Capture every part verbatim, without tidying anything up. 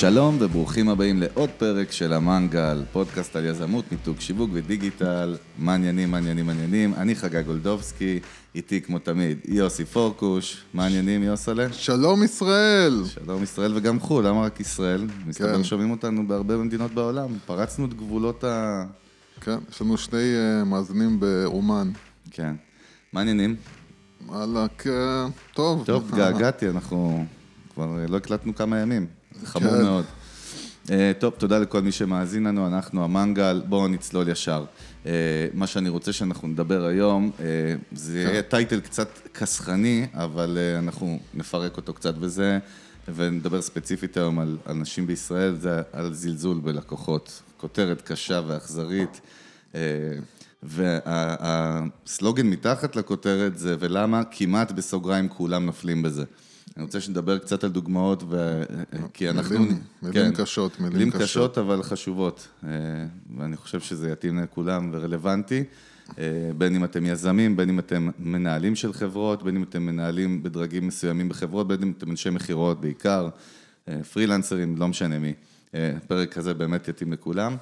שלום וברוכים הבאים לעוד פרק של המנגל, פודקאסט על יזמות, מיתוג, שיווק ודיגיטל, מעניינים, מעניינים, מעניינים. אני חגי גולדובסקי, איתי כמו תמיד יוסי פורקוש, מעניינים יוסלה? שלום ישראל. שלום ישראל וגם חול, למה רק ישראל? מסתבר כן. שומעים אותנו בהרבה מדינות בעולם, פרצנו את גבולות ה... כן, יש לנו שני uh, מאזינים באומן. כן, מעניינים? וואלה, טוב. טוב, געגעתי, אנחנו כבר לא הקלטנו כמה ימים. חמור כן. מאוד. Uh, טוב, תודה לכל מי שמאזין לנו, אנחנו המנגל, בואו נצלול ישר. Uh, מה שאני רוצה שאנחנו נדבר היום, uh, זה יהיה טייטל קצת כסחני, אבל uh, אנחנו נפרק אותו קצת בזה, ונדבר ספציפית היום על אנשים בישראל, זה על זלזול בלקוחות, כותרת קשה ואכזרית, uh, והסלוגן מתחת לכותרת זה, ולמה כמעט בסוגריים כולם נופלים בזה. אני רוצה שנדבר קצת על דוגמאות, ו... כי אנחנו... מילים, מילים כן, קשות, מילים, מילים קשות. קשות, אבל חשובות. ואני חושב שזה יתאים לכולם ורלוונטי. בין אם אתם יזמים, בין אם אתם מנהלים של חברות, בין אם אתם מנהלים בדרגים מסוימים בחברות, בין אם אתם אנשי מחירות בעיקר, פרילנסרים, לא משנה מי. פרק כזה באמת יתאים לכולם.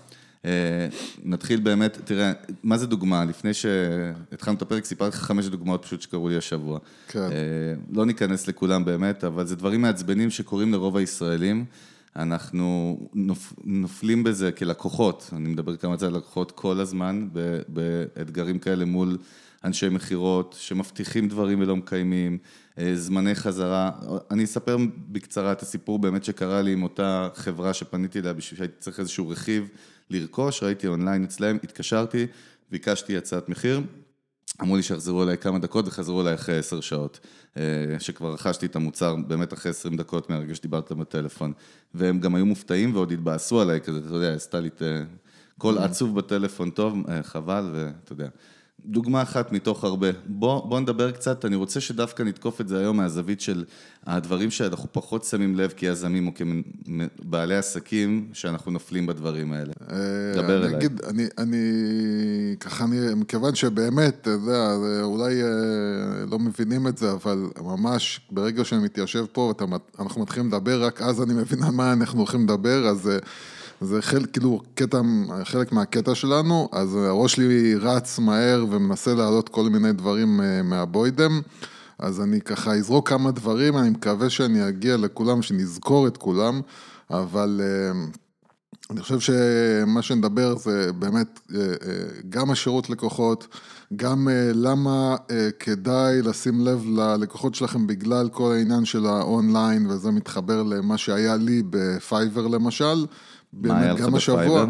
נתחיל באמת, תראה, מה זה דוגמה? לפני שהתחלנו את הפרק, סיפרתי לך חמש דוגמאות פשוט שקראו לי השבוע. כן. לא ניכנס לכולם באמת, אבל זה דברים מעצבנים שקורים לרוב הישראלים. אנחנו נופלים בזה כלקוחות, אני מדבר כמה זה על לקוחות כל הזמן, באתגרים כאלה מול אנשי מחירות, שמבטיחים דברים ולא מקיימים, זמני חזרה. אני אספר בקצרה את הסיפור באמת שקרה לי עם אותה חברה שפניתי אליה, בשביל שהייתי צריך איזשהו רכיב לרכוש, ראיתי אונליין אצלהם, התקשרתי, ביקשתי הצעת מחיר, אמרו לי שיחזרו אליי כמה דקות וחזרו אליי אחרי עשר שעות, שכבר רכשתי את המוצר באמת אחרי עשרים דקות מהרגע שדיברת בטלפון, והם גם היו מופתעים ועוד התבאסו עליי, כזה, אתה יודע, עשתה לי את כל עצוב בטלפון טוב, חבל, ואתה יודע. דוגמה אחת מתוך הרבה. בוא, בוא נדבר קצת, אני רוצה שדווקא נתקוף את זה היום מהזווית של הדברים שאנחנו פחות שמים לב כיזמים או כבעלי עסקים, שאנחנו נופלים בדברים האלה. דבר אליי. נגיד, אני, אני, ככה אני, מכיוון שבאמת, אתה יודע, אולי לא מבינים את זה, אבל ממש ברגע שאני מתיישב פה, ואנחנו מתחילים לדבר, רק אז אני מבין על מה אנחנו הולכים לדבר, אז... זה חלק, כאילו, קטע, חלק מהקטע שלנו, אז הראש שלי רץ מהר ומנסה להעלות כל מיני דברים מהבוידם, אז אני ככה אזרוק כמה דברים, אני מקווה שאני אגיע לכולם, שנזכור את כולם, אבל אני חושב שמה שנדבר זה באמת גם השירות לקוחות, גם למה כדאי לשים לב ללקוחות שלכם בגלל כל העניין של האונליין, וזה מתחבר למה שהיה לי בפייבר למשל, באמת גם השבוע.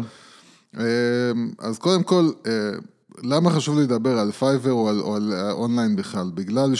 אז קודם כל, למה חשוב לי לדבר על פייבר או על, או על אונליין בכלל? בגלל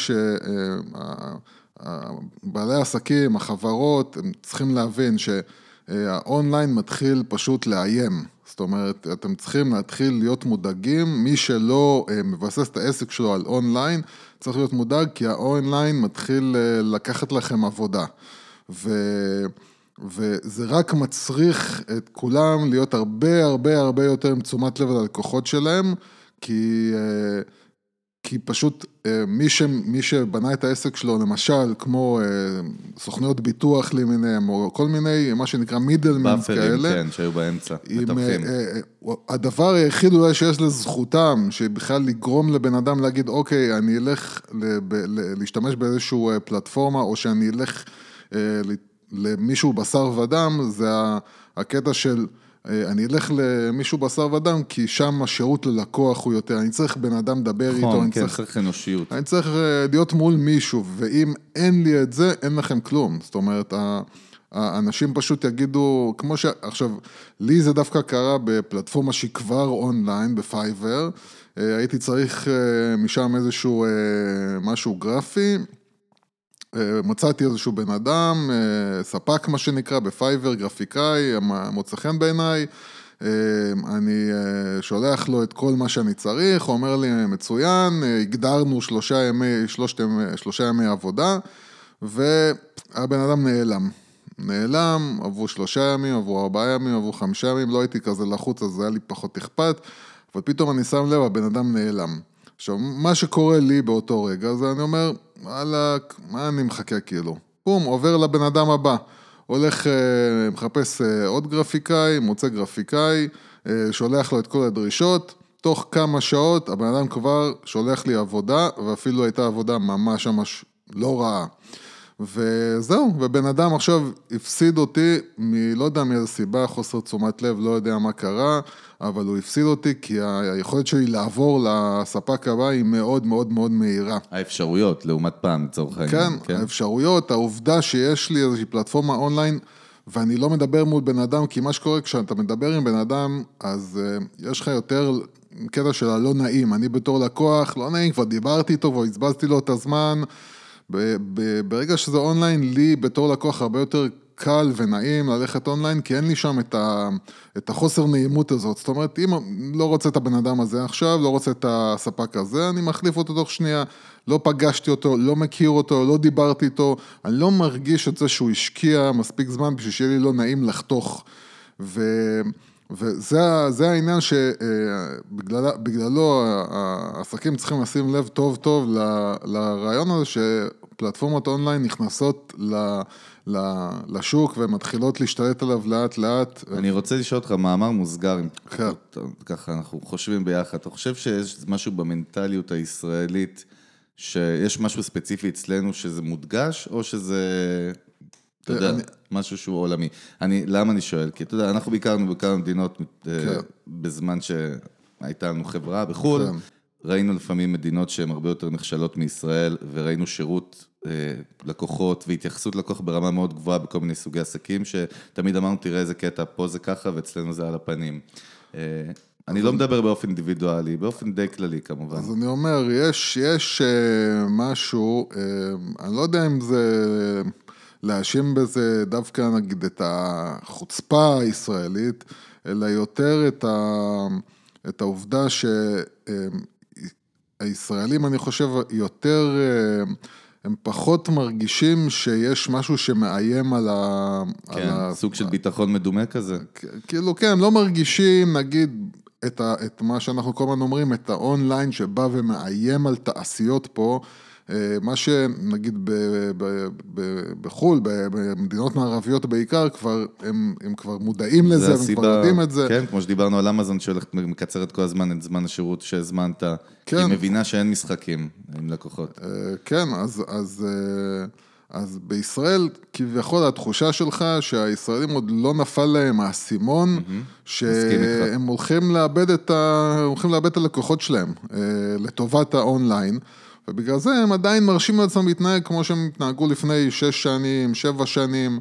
שבעלי העסקים, החברות, הם צריכים להבין שהאונליין מתחיל פשוט לאיים. זאת אומרת, אתם צריכים להתחיל להיות מודאגים, מי שלא מבסס את העסק שלו על אונליין, צריך להיות מודאג, כי האונליין מתחיל לקחת לכם עבודה. ו... וזה רק מצריך את כולם להיות הרבה הרבה הרבה יותר עם תשומת לב ללקוחות שלהם, כי, כי פשוט מי, ש, מי שבנה את העסק שלו, למשל, כמו סוכניות ביטוח למיניהם, או כל מיני, מה שנקרא מידלמנס כאלה. כן, שהיו באמצע, מתווכים. הדבר היחיד אולי שיש לזכותם, שבכלל לגרום לבן אדם להגיד, אוקיי, אני אלך להשתמש באיזשהו פלטפורמה, או שאני אלך למישהו בשר ודם, זה הקטע של, אני אלך למישהו בשר ודם, כי שם השירות ללקוח הוא יותר, אני צריך בן אדם לדבר איתו, נכון, כן, צריך אנושיות. אני צריך להיות מול מישהו, ואם אין לי את זה, אין לכם כלום. זאת אומרת, האנשים פשוט יגידו, כמו ש... עכשיו, לי זה דווקא קרה בפלטפורמה שהיא כבר אונליין, בפייבר, הייתי צריך משם איזשהו משהו גרפי, מצאתי איזשהו בן אדם, ספק מה שנקרא, בפייבר, גרפיקאי, מוצא חן בעיניי, אני שולח לו את כל מה שאני צריך, הוא אומר לי מצוין, הגדרנו שלושה ימי, שלושת, שלושה ימי עבודה, והבן אדם נעלם. נעלם, עברו שלושה ימים, עברו ארבעה ימים, עברו חמישה ימים, לא הייתי כזה לחוץ, אז זה היה לי פחות אכפת, אבל פתאום אני שם לב, הבן אדם נעלם. עכשיו, מה שקורה לי באותו רגע, זה אני אומר, וואלה, מה אני מחכה כאילו? פום, עובר לבן אדם הבא. הולך, מחפש עוד גרפיקאי, מוצא גרפיקאי, שולח לו את כל הדרישות, תוך כמה שעות הבן אדם כבר שולח לי עבודה, ואפילו הייתה עבודה ממש ממש לא רעה. וזהו, ובן אדם עכשיו הפסיד אותי, מ, לא יודע מאיזה סיבה, חוסר תשומת לב, לא יודע מה קרה, אבל הוא הפסיד אותי, כי היכולת שלי לעבור לספק הבא היא מאוד מאוד מאוד מהירה. האפשרויות, לעומת פעם, לצורך העניין. כן, כן, האפשרויות, העובדה שיש לי איזושהי פלטפורמה אונליין, ואני לא מדבר מול בן אדם, כי מה שקורה כשאתה מדבר עם בן אדם, אז uh, יש לך יותר קטע של הלא נעים, אני בתור לקוח, לא נעים, כבר דיברתי איתו, כבר הצבזתי לו את הזמן, ב- ב- ברגע שזה אונליין, לי בתור לקוח הרבה יותר קל ונעים ללכת אונליין, כי אין לי שם את, ה, את החוסר נעימות הזאת, זאת אומרת, אם לא רוצה את הבן אדם הזה עכשיו, לא רוצה את הספק הזה, אני מחליף אותו תוך שנייה, לא פגשתי אותו, לא מכיר אותו, לא דיברתי איתו, אני לא מרגיש את זה שהוא השקיע מספיק זמן, בשביל שיהיה לי לא נעים לחתוך, ו... וזה העניין שבגללו העסקים צריכים לשים לב טוב טוב לרעיון הזה שפלטפורמות אונליין נכנסות לשוק ומתחילות להשתלט עליו לאט לאט. אני רוצה לשאול אותך מאמר מוסגר, ככה אנחנו חושבים ביחד, אתה חושב שיש משהו במנטליות הישראלית, שיש משהו ספציפי אצלנו שזה מודגש או שזה... אתה יודע, אני... משהו שהוא עולמי. אני, למה אני שואל? כי אתה יודע, אנחנו ביקרנו בכמה מדינות כן. בזמן שהייתה לנו חברה בחול, כן. ראינו לפעמים מדינות שהן הרבה יותר נכשלות מישראל, וראינו שירות אה, לקוחות והתייחסות לקוח ברמה מאוד גבוהה בכל מיני סוגי עסקים, שתמיד אמרנו, תראה איזה קטע, פה זה ככה ואצלנו זה על הפנים. אה, אני לא מדבר באופן אינדיבידואלי, באופן די כללי כמובן. אז אני אומר, יש, יש uh, משהו, uh, אני לא יודע אם זה... להאשים בזה דווקא נגיד את החוצפה הישראלית, אלא יותר את, ה, את העובדה שהישראלים, אני חושב, יותר, הם פחות מרגישים שיש משהו שמאיים על ה... כן, על סוג ה... של ביטחון מדומה כזה. כאילו, כן, הם לא מרגישים, נגיד, את, ה, את מה שאנחנו כל הזמן אומרים, את האונליין שבא ומאיים על תעשיות פה, מה שנגיד בחול, במדינות מערביות בעיקר, כבר, הם, הם כבר מודעים לזה, הם כבר יודעים את זה. כן, כמו שדיברנו על אמזון, שהולכת מקצרת כל הזמן את זמן השירות שהזמנת, כן. היא מבינה שאין משחקים עם לקוחות. כן, אז, אז, אז בישראל, כביכול התחושה שלך, שהישראלים עוד לא נפל להם האסימון, שהם הולכים לאבד את ה, הולכים לאבד את הלקוחות שלהם, לטובת האונליין, ובגלל זה הם עדיין מרשים לעצמם להתנהג כמו שהם התנהגו לפני שש שנים, שבע שנים,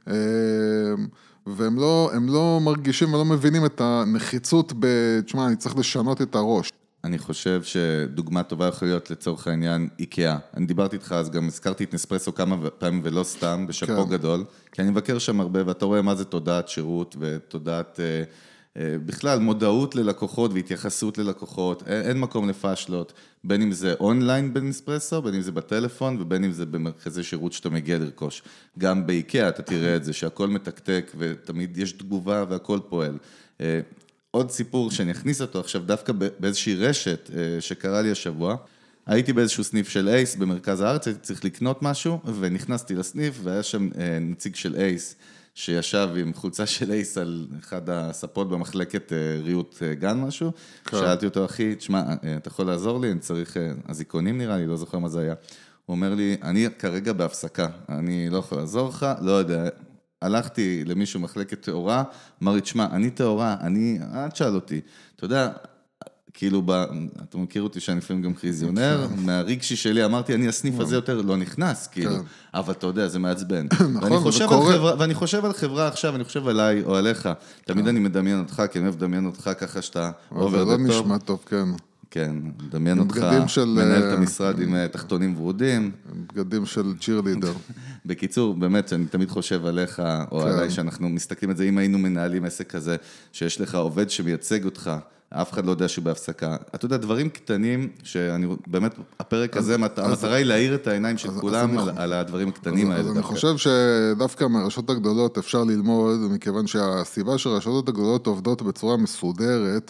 והם לא, הם לא מרגישים ולא מבינים את הנחיצות ב... תשמע, אני צריך לשנות את הראש. אני חושב שדוגמה טובה יכול להיות לצורך העניין איקאה. אני דיברתי איתך, אז גם הזכרתי את נספרסו כמה פעמים ולא סתם, בשפו גדול, כי אני מבקר שם הרבה, ואתה רואה מה זה תודעת שירות ותודעת... בכלל, מודעות ללקוחות והתייחסות ללקוחות, אין מקום לפשלות, בין אם זה אונליין בנספרסו, בין אם זה בטלפון, ובין אם זה במרכזי שירות שאתה מגיע לרכוש. גם באיקאה אתה תראה את זה, שהכל מתקתק, ותמיד יש תגובה והכל פועל. עוד סיפור שאני אכניס אותו עכשיו, דווקא באיזושהי רשת שקרה לי השבוע, הייתי באיזשהו סניף של אייס במרכז הארץ, הייתי צריך לקנות משהו, ונכנסתי לסניף, והיה שם נציג של אייס, שישב עם חולצה של אייס על אחד הספות במחלקת ריהוט גן משהו, שאלתי אותו, אחי, תשמע, אתה יכול לעזור לי? אני צריך, הזיכונים נראה לי, לא זוכר מה זה היה. הוא אומר לי, אני כרגע בהפסקה, אני לא יכול לעזור לך, לא יודע, הלכתי למישהו מחלקת תאורה, אמר לי, תשמע, אני תאורה, אני, אל תשאל אותי, אתה יודע, כאילו, אתה מכיר אותי שאני לפעמים גם חיזיונר, מהרגשי שלי אמרתי, אני הסניף הזה יותר לא נכנס, כאילו, אבל אתה יודע, זה מעצבן. ואני חושב על חברה עכשיו, אני חושב עליי או עליך, תמיד אני מדמיין אותך, כי אני אוהב לדמיין אותך ככה שאתה עובר זה לא נשמע טוב, כן. כן, מדמיין אותך, מנהל את המשרד עם תחתונים ורודים. בגדים של צ'ירלידר. בקיצור, באמת, אני תמיד חושב עליך, או עליי, שאנחנו מסתכלים את זה, אם היינו מנהלים עסק כזה, שיש לך עובד שמייצג אותך, אף אחד לא יודע שהוא בהפסקה. אתה יודע, דברים קטנים, שאני באמת, הפרק הזה, המטרה היא להאיר את העיניים של כולם על הדברים הקטנים האלה. אז אני חושב שדווקא מהרשתות הגדולות אפשר ללמוד, מכיוון שהסיבה שהרשתות הגדולות עובדות בצורה מסודרת,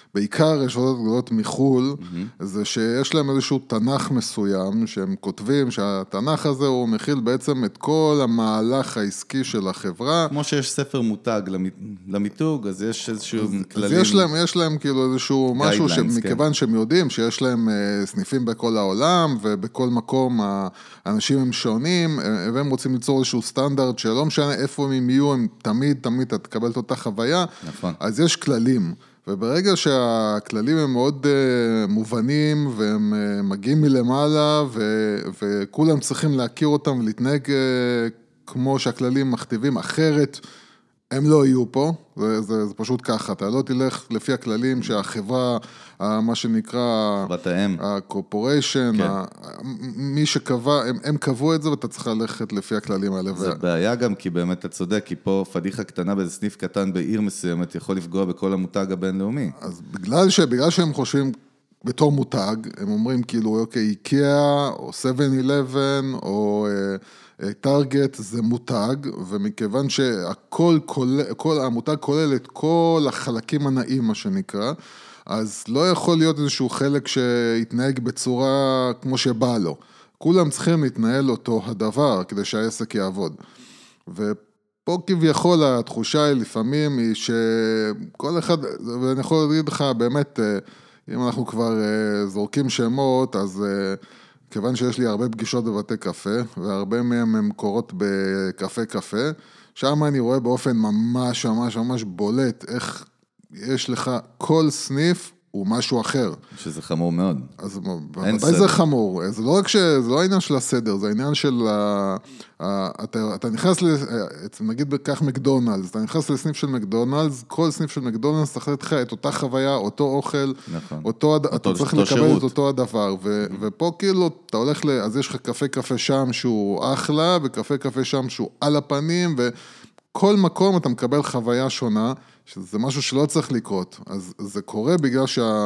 בעיקר רשתות גדולות מחול, mm-hmm. זה שיש להם איזשהו תנ"ך מסוים, שהם כותבים שהתנ"ך הזה הוא מכיל בעצם את כל המהלך העסקי של החברה. כמו שיש ספר מותג למיתוג, אז יש איזשהו כללים. אז יש להם, יש להם כאילו איזשהו משהו, שמכיוון שהם יודעים שיש להם סניפים בכל העולם, ובכל מקום האנשים הם שונים, והם רוצים ליצור איזשהו סטנדרט, שלא משנה איפה הם יהיו, הם תמיד, תמיד תקבל את אותה חוויה, נכון. אז יש כללים. וברגע שהכללים הם מאוד uh, מובנים, והם uh, מגיעים מלמעלה, ו- וכולם צריכים להכיר אותם ולהתנהג uh, כמו שהכללים מכתיבים, אחרת הם לא יהיו פה, זה, זה, זה פשוט ככה, אתה לא תלך לפי הכללים שהחברה, מה שנקרא, חברת האם, הקורפוריישן, כן. מי שקבע, הם, הם קבעו את זה ואתה צריך ללכת לפי הכללים האלה. זה ו... בעיה גם כי באמת אתה צודק, כי פה פדיחה קטנה באיזה סניף קטן בעיר מסוימת יכול לפגוע בכל המותג הבינלאומי. אז בגלל, ש, בגלל שהם חושבים בתור מותג, הם אומרים כאילו, אוקיי, איקאה או סבן אלבן או... טארגט זה מותג, ומכיוון שהכל כולל, כל המותג כולל את כל החלקים הנעים, מה שנקרא, אז לא יכול להיות איזשהו חלק שיתנהג בצורה כמו שבא לו. כולם צריכים להתנהל אותו הדבר, כדי שהעסק יעבוד. ופה כביכול התחושה היא לפעמים היא שכל אחד, ואני יכול להגיד לך באמת, אם אנחנו כבר זורקים שמות, אז... כיוון שיש לי הרבה פגישות בבתי קפה, והרבה מהם הם קורות בקפה קפה, שם אני רואה באופן ממש ממש ממש בולט, איך יש לך כל סניף הוא משהו אחר. שזה חמור מאוד. אז בוודאי זה חמור, זה לא רק ש... זה לא העניין של הסדר, זה העניין של... אתה, אתה נכנס, נגיד בכך מקדונלדס, אתה נכנס לסניף של מקדונלדס, כל סניף של מקדונלדס צריך לתת לך את אותה חוויה, אותו אוכל, נכון. אותו, אתה צריך לקבל את אותו הדבר, ו, ופה כאילו אתה הולך ל... אז יש לך קפה קפה שם שהוא אחלה, וקפה קפה שם שהוא על הפנים, וכל מקום אתה מקבל חוויה שונה, שזה משהו שלא צריך לקרות, אז זה קורה בגלל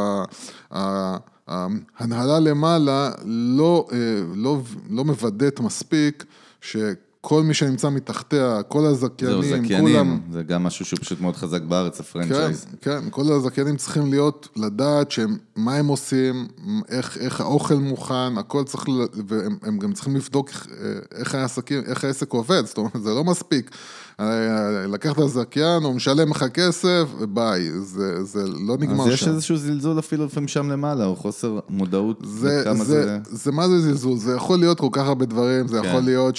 שההנהלה למעלה לא, לא, לא מבדאת מספיק שכל מי שנמצא מתחתיה, כל הזכיינים, זהו, זכיינים, כולם... זה גם משהו שהוא פשוט מאוד חזק בארץ, הפרנצ'ייז. כן, כן, כל הזכיינים צריכים להיות, לדעת שהם, מה הם עושים, איך, איך האוכל מוכן, הכל צריך, והם הם גם צריכים לבדוק איך העסקים, איך העסק עובד, זאת אומרת, זה לא מספיק. לקחת הזכיין, הוא משלם לך כסף, וביי, זה, זה לא נגמר שם. אז יש איזשהו זלזול אפילו לפעמים שם למעלה, או חוסר מודעות זה, זה, זה... זה מה זה זלזול? זה יכול להיות כל כך הרבה דברים, זה כן. יכול להיות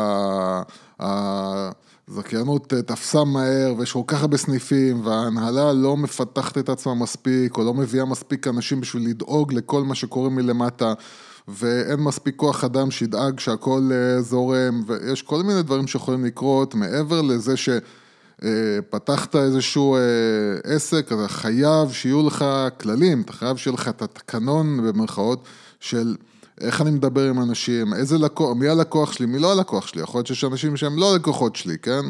שהזכיינות תפסה מהר, ויש כל כך הרבה סניפים, וההנהלה לא מפתחת את עצמה מספיק, או לא מביאה מספיק אנשים בשביל לדאוג לכל מה שקורה מלמטה, ואין מספיק כוח אדם שידאג שהכל זורם, ויש כל מיני דברים שיכולים לקרות, מעבר לזה שפתחת איזשהו עסק, אתה חייב שיהיו לך כללים, אתה חייב שיהיו לך את התקנון במרכאות, של איך אני מדבר עם אנשים, איזה לקוח, מי הלקוח שלי, מי לא הלקוח שלי, יכול להיות שיש אנשים שהם לא הלקוחות שלי, כן?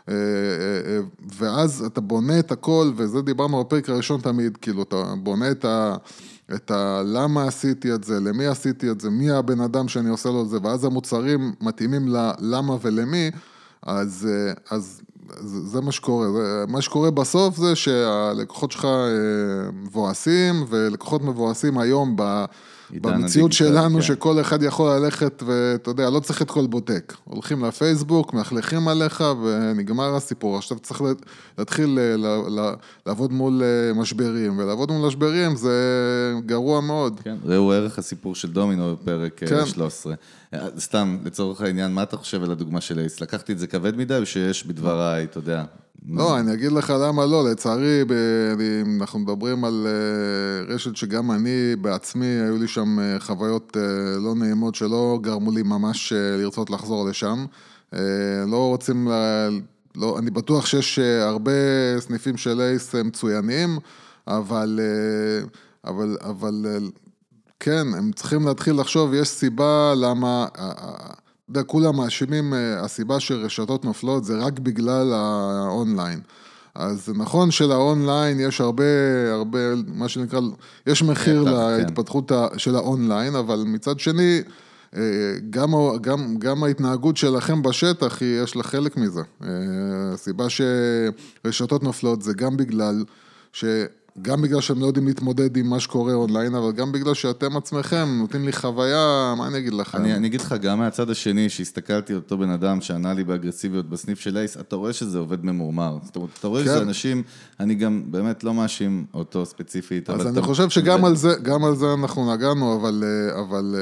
ואז אתה בונה את הכל, וזה דיברנו בפרק הראשון תמיד, כאילו אתה בונה את ה... את ה... למה עשיתי את זה, למי עשיתי את זה, מי הבן אדם שאני עושה לו את זה, ואז המוצרים מתאימים ללמה ולמי, אז, אז זה מה שקורה. מה שקורה בסוף זה שהלקוחות שלך מבואסים, ולקוחות מבואסים היום ב... במציאות שלנו, כן. שכל אחד יכול ללכת, ואתה יודע, לא צריך את כל בוטק. הולכים לפייסבוק, מאחלכים עליך, ונגמר הסיפור. עכשיו צריך להתחיל לעבוד מול משברים, ולעבוד מול משברים זה גרוע מאוד. כן, ראו ערך הסיפור של דומינו בפרק כן. שלוש עשרה. סתם, לצורך העניין, מה אתה חושב על הדוגמה של אייס? לקחתי את זה כבד מדי, או שיש בדבריי, אתה יודע... לא, אני אגיד לך למה לא, לצערי, אנחנו מדברים על רשת שגם אני בעצמי, היו לי שם חוויות לא נעימות שלא גרמו לי ממש לרצות לחזור לשם, לא רוצים, לא, אני בטוח שיש הרבה סניפים של אייס מצוינים, אבל, אבל, אבל כן, הם צריכים להתחיל לחשוב, יש סיבה למה... יודע, כולם מאשימים, הסיבה שרשתות נופלות זה רק בגלל האונליין. אז נכון שלאונליין יש הרבה, הרבה, מה שנקרא, יש מחיר להתפתחות של האונליין, אבל מצד שני, גם, גם, גם ההתנהגות שלכם בשטח, יש לה חלק מזה. הסיבה שרשתות נופלות זה גם בגלל ש... גם בגלל שהם לא יודעים להתמודד עם מה שקורה אונליין, אבל גם בגלל שאתם עצמכם נותנים לי חוויה, מה אני אגיד לכם? אני, אני אגיד לך, גם מהצד השני, שהסתכלתי אותו בן אדם שענה לי באגרסיביות בסניף של אייס, אתה רואה שזה עובד ממורמר. זאת אומרת, אתה רואה כן. שזה אנשים, אני גם באמת לא מאשים אותו ספציפית. אז אני אתה... חושב שגם ו... על זה, גם על זה אנחנו נגענו, אבל, אבל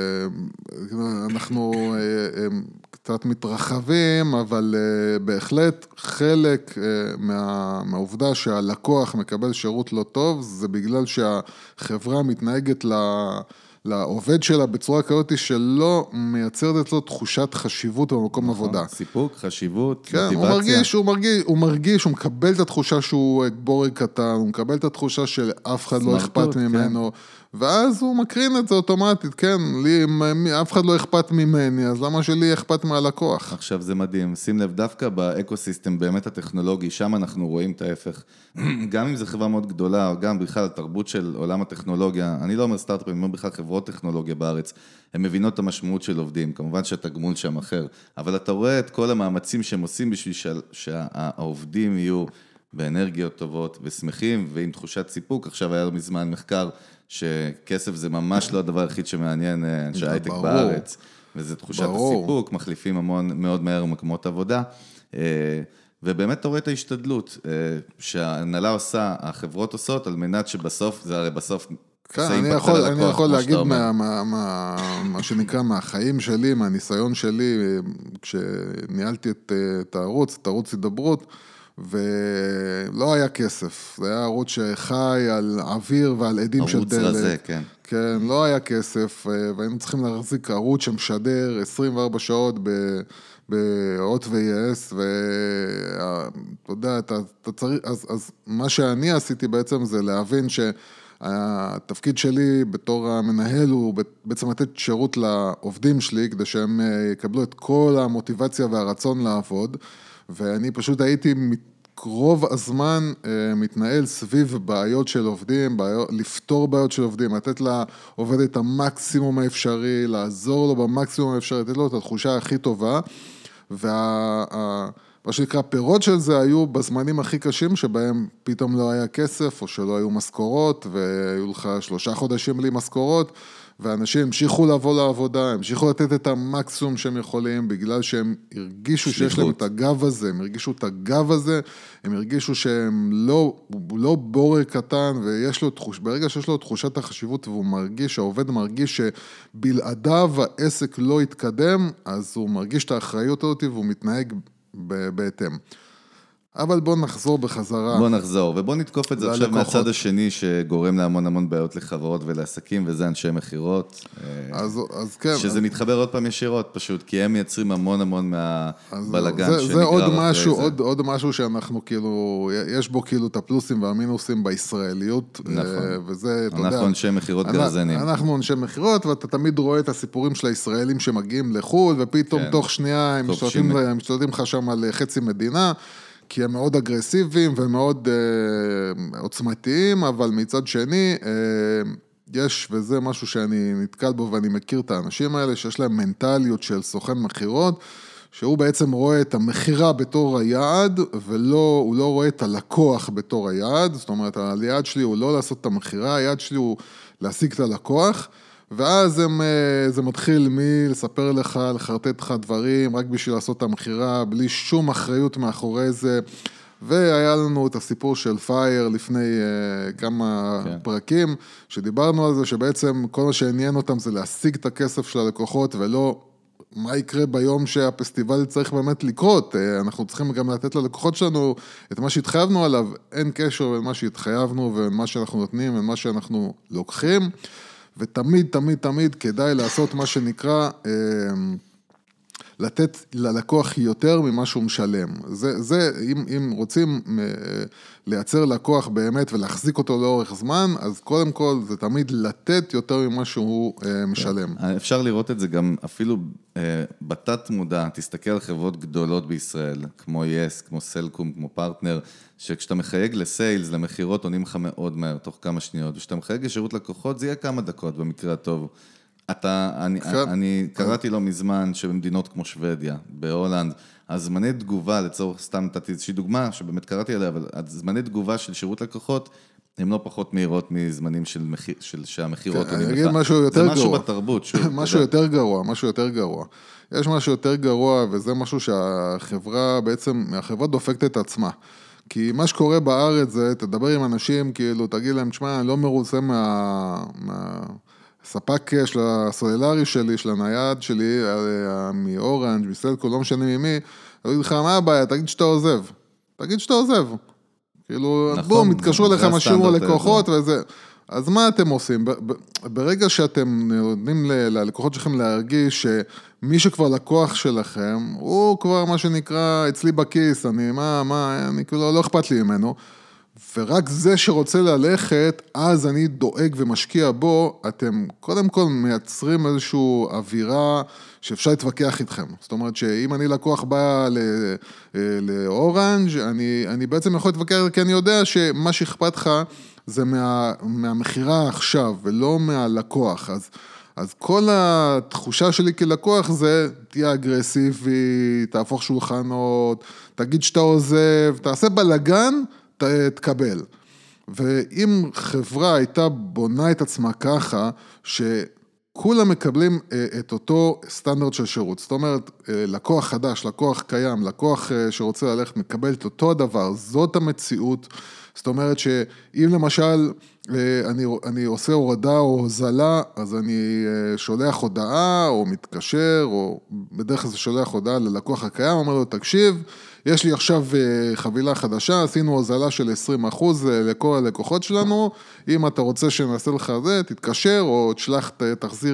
אנחנו קצת מתרחבים, אבל בהחלט חלק מה, מהעובדה שהלקוח מקבל שירות לא טוב, זה בגלל שהחברה מתנהגת ל... לעובד שלה בצורה כאותי שלא מייצרת אצלו תחושת חשיבות במקום נכון, עבודה. סיפוק, חשיבות, כן, מוטיבציה. הוא מרגיש, הוא מרגיש, הוא מרגיש, הוא מקבל את התחושה שהוא בורג קטן, הוא מקבל את התחושה של אף אחד לא אכפת ממנו, כן. ואז הוא מקרין את זה אוטומטית, כן, לי, אף אחד לא אכפת ממני, אז למה שלי אכפת מהלקוח? עכשיו זה מדהים, שים לב, דווקא באקוסיסטם באמת הטכנולוגי, שם אנחנו רואים את ההפך. גם אם זו חברה מאוד גדולה, או גם בכלל התרבות של עולם הטכנולוגיה, אני לא אומר סטארט-אפים, אני אומר בכלל חברות טכנולוגיה בארץ, הן מבינות את המשמעות של עובדים, כמובן שהתגמול שם אחר, אבל אתה רואה את כל המאמצים שהם עושים בשביל שהעובדים יהיו באנרגיות טובות ושמחים, ועם תחושת סיפוק. עכשיו היה לו מזמן מחקר שכסף זה ממש לא הדבר היחיד שמעניין אנשי הייטק בארץ, וזה תחושת ברור. הסיפוק, מחליפים המון מאוד מהר מקומות עבודה, ובאמת אתה רואה את ההשתדלות שההנהלה עושה, החברות עושות, על מנת שבסוף, זה הרי בסוף כן, אני יכול, אני יכול להגיד מה, מה, מה, מה שנקרא מהחיים שלי, מהניסיון שלי, כשניהלתי את, את הערוץ, את הערוץ הידברות, ולא היה כסף, זה היה ערוץ שחי על אוויר ועל עדים של דלק. ערוץ רזה, כן. כן, לא היה כסף, והיינו צריכים להחזיק ערוץ שמשדר עשרים וארבע שעות ב... בהוט ו-יס, ואתה יודע, אתה, אתה צריך, אז, אז מה שאני עשיתי בעצם זה להבין שהתפקיד שלי בתור המנהל הוא בעצם לתת שירות לעובדים שלי, כדי שהם יקבלו את כל המוטיבציה והרצון לעבוד, ואני פשוט הייתי רוב הזמן מתנהל סביב בעיות של עובדים, בעיות, לפתור בעיות של עובדים, לתת לעובד את המקסימום האפשרי, לעזור לו במקסימום האפשרי, לתת לו את התחושה הכי טובה, ומה שנקרא, פירות של זה היו בזמנים הכי קשים, שבהם פתאום לא היה כסף, או שלא היו משכורות, והיו לך שלושה חודשים בלי משכורות, ואנשים המשיכו לבוא לעבודה, המשיכו לתת את המקסימום שהם יכולים, בגלל שהם הרגישו שיש להם את הגב הזה, הם הרגישו את הגב הזה, הם הרגישו שהם לא, לא בורג קטן, ויש לו תחוש, ברגע שיש לו תחושת החשיבות, והוא מרגיש, העובד מרגיש שבלעדיו העסק לא יתקדם, אז הוא מרגיש את האחריות הזאת, והוא מתנהג בהתאם. אבל בוא נחזור בחזרה. בוא נחזור, ובוא נתקוף את זה עכשיו מהצד השני, שגורם להמון המון בעיות לחברות ולעסקים, וזה אנשי מחירות. אז, אז כן. שזה מתחבר עוד פעם ישירות פשוט, כי הם מייצרים המון המון מהבלגן שנגרר. זה, זה עוד משהו, עוד, עוד משהו שאנחנו כאילו, יש בו כאילו את הפלוסים והמינוסים בישראליות. נכון. וזה, אתה יודע. אנחנו אנשי מחירות גרזנים. אנחנו אנשי מחירות, ואתה תמיד רואה את הסיפורים של הישראלים שמגיעים לחול, ופתאום כן. תוך שנייה הם משתלטים לך שם על חצי מדינה. כי הם מאוד אגרסיביים ומאוד אה, עוצמתיים, אבל מצד שני, אה, יש, וזה משהו שאני נתקל בו, ואני מכיר את האנשים האלה, שיש להם מנטליות של סוכן מחירות, שהוא בעצם רואה את המחירה בתור היעד, והוא לא רואה את הלקוח בתור היעד, זאת אומרת, היעד שלי הוא לא לעשות את המחירה, היעד שלי הוא להשיג את הלקוח, ואז הם, זה מתחיל מלספר לך, לחרטט לך דברים, רק בשביל לעשות את המחירה, בלי שום אחריות מאחורי זה, והיה לנו את הסיפור של פייר לפני כמה כן. פרקים, שדיברנו על זה, שבעצם כל מה שעניין אותם זה להשיג את הכסף של הלקוחות, ולא מה יקרה ביום שהפסטיבל צריך באמת לקרות, אנחנו צריכים גם לתת ללקוחות שלנו את מה שהתחייבנו עליו, אין קשר בין מה שהתחייבנו, ומה שאנחנו נותנים, ומה שאנחנו לוקחים, ותמיד, תמיד, תמיד כדאי לעשות מה שנקרא, לתת ללקוח יותר ממה שהוא משלם. זה, זה, אם, אם רוצים לייצר לקוח באמת ולהחזיק אותו לאורך זמן, אז קודם כל זה תמיד לתת יותר ממה שהוא משלם. אפשר לראות את זה גם אפילו בתת מודע, תסתכל על חברות גדולות בישראל, כמו יס, כמו סלקום, כמו פרטנר, שכשאתה מחייג לסיילס, למחירות, עונים לך מאוד מהר, תוך כמה שניות, וכשאתה מחייג לשירות לקוחות, זה יהיה כמה דקות במקרה הטוב. אתה, אני, כן. אני קראתי לו מזמן שבמדינות כמו שוודיה, בהולנד, הזמני תגובה, לצורך סתם נתתי איזושהי דוגמה, שבאמת קראתי עליה, אבל הזמני תגובה של שירות לקוחות, הן לא פחות מהירות מזמנים של, מחיר, של שהמחירות כן, אני אגיד משהו יותר גרוע. זה משהו בתרבות. שוב, משהו יותר גרוע, משהו יותר גרוע. יש משהו יותר גרוע, וזה משהו שהחברה בעצם, החברה דופקת את עצמה. כי מה שקורה בארץ זה, תדבר עם אנשים, כאילו, תגיד להם, תשמע, אני לא מרוצה מה... מה... ספק של הסוללרי שלי, של הנייד שלי, מאורנג', מסלקו, לא משנה ממי, אני אגיד לך, מה הבעיה? תגיד שאתה עוזב. תגיד שאתה עוזב. כאילו, נכון, בואו, מתקשרו לך משהו לקוחות וזה. אז מה אתם עושים? ברגע שאתם נותנים ללקוחות שלכם להרגיש שמי שכבר לקוח שלכם, הוא כבר מה שנקרא אצלי בכיס, אני, מה, מה, אני כאילו, לא אכפת לי ממנו, ורק זה שרוצה ללכת, אז אני דואג ומשקיע בו, אתם קודם כל מייצרים איזושהי אווירה שאפשר להתווכח איתכם. זאת אומרת שאם אני לקוח בא לאורנג', אני, אני בעצם יכול להתווכח, כי אני יודע שמה שאכפת לך זה מה, מהמחירה עכשיו, ולא מהלקוח. אז, אז כל התחושה שלי כלקוח זה, תהיה אגרסיבי, תהפוך שולחנות, תגיד שאתה עוזב, תעשה בלגן, תקבל. ואם חברה הייתה בונה את עצמה ככה, שכולם מקבלים את אותו סטנדרט של שירות, זאת אומרת, לקוח חדש, לקוח קיים, לקוח שרוצה ללכת, מקבל את אותו הדבר, זאת המציאות, זאת אומרת שאם למשל אני, אני עושה הורדה או הוזלה, אז אני שולח הודעה או מתקשר, או בדרך כלל שולח הודעה ללקוח הקיים, אומר לו, תקשיב, יש לי עכשיו חבילה חדשה, עשינו הוזלה של עשרים אחוז לכל הלקוחות שלנו, אם אתה רוצה שנעשה לך זה, תתקשר או תשלח, תחזיר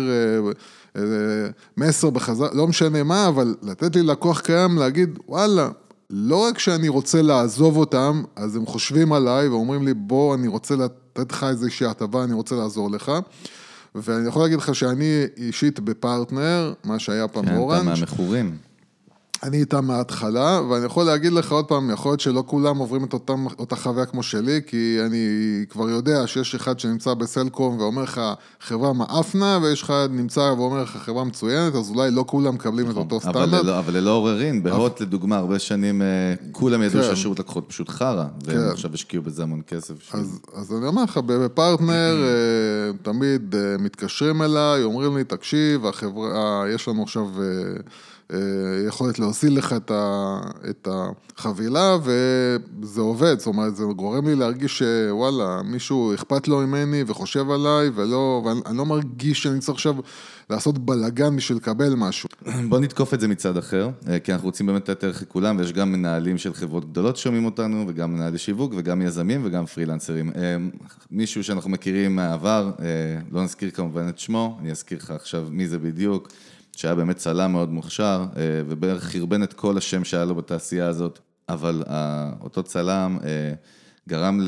מסר בחזרה, לא משנה מה, אבל לתת לי לקוח קיים להגיד, וואלה, לא רק שאני רוצה לעזוב אותם, אז הם חושבים עליי ואומרים לי, בוא, אני רוצה לתת לך איזושהי הטבה, אני רוצה לעזור לך. ואני יכול להגיד לך שאני אישית בפרטנר, מה שהיה פעם אורנג'. כן, אתה מהמכורים. אני איתם מההתחלה, ואני יכול להגיד לך עוד פעם, יכול להיות שלא כולם עוברים את אותם, אותה חוויה כמו שלי, כי אני כבר יודע שיש אחד שנמצא בסלקום ואומר לך חברה מאפנה, ויש אחד נמצא ואומר לך חברה מצוינת, אז אולי לא כולם מקבלים את אותו סטנדרט. אבל ללא עוררין, בהוט לדוגמה, הרבה שנים כולם ידעו שהשירות לקוחות פשוט חרה, והם עכשיו השקיעו בזה המון כסף. אז אני אומר לך, בפרטנר תמיד מתקשרים אליי, אומרים לי, תקשיב, יש לנו עכשיו יכולת להוסיל לך את החבילה, וזה עובד, זאת אומרת, זה גורם לי להרגיש שוואלה, מישהו אכפת לו ממני וחושב עליי, ולא, ואני לא מרגיש שאני צריך עכשיו לעשות בלגן בשביל לקבל משהו. בוא נתקוף את זה מצד אחר, כי אנחנו רוצים באמת לתת ערך לכולם, ויש גם מנהלים של חברות גדולות שומעים אותנו, וגם מנהלי שיווק, וגם יזמים, וגם פרילנסרים. מישהו שאנחנו מכירים מהעבר, לא נזכיר כמובן את שמו, אני אזכיר לך עכשיו מי זה בדיוק, שהיה באמת צלם מאוד מוכשר, ובערך חרבן את כל השם שהיה לו בתעשייה הזאת, אבל אותו צלם גרם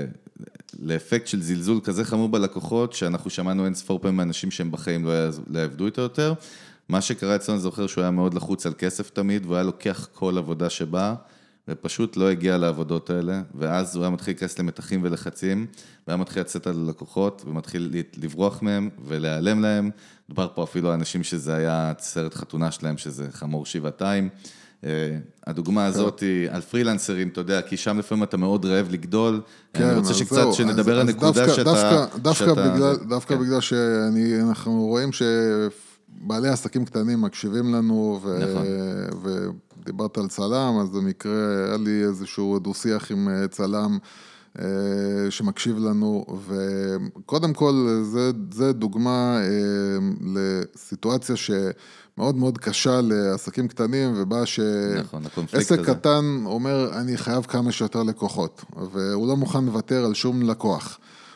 לאפקט של זלזול כזה חמור בלקוחות, שאנחנו שמענו אין ספור פעמים מאנשים שהם בחיים לא יעבדו איתו יותר. מה שקרה אצלנו, אני זוכר שהוא היה מאוד לחוץ על כסף תמיד, והוא היה לוקח כל עבודה שבאה, ופשוט לא הגיע לעבודות האלה, ואז הוא היה מתחיל להיכנס למתחים ולחצים, והיה מתחיל לצאת על הלקוחות, ומתחיל לברוח מהם ולהיעלם להם. דובר פה אפילו אנשים שזה היה סרט חתונה שלהם, שזה חמור שבעתיים. הדוגמה הזאת היא על פרילנסרים, אתה יודע, כי שם לפעמים אתה מאוד רעב לגדול. אני רוצה שקצת שנדבר על נקודה שאתה... דווקא בגלל שאנחנו רואים שבעלי עסקים קטנים מקשיבים לנו, ודיברת על צלם, אז במקרה היה לי איזשהו דו-שיח עם צלם, שמקשיב לנו, וקודם כל זה, זה דוגמה לסיטואציה שמאוד מאוד קשה לעסקים קטנים, ובא שעסק קטן אומר, אני חייב כמה שיותר לקוחות, והוא לא מוכן לוותר על שום לקוח.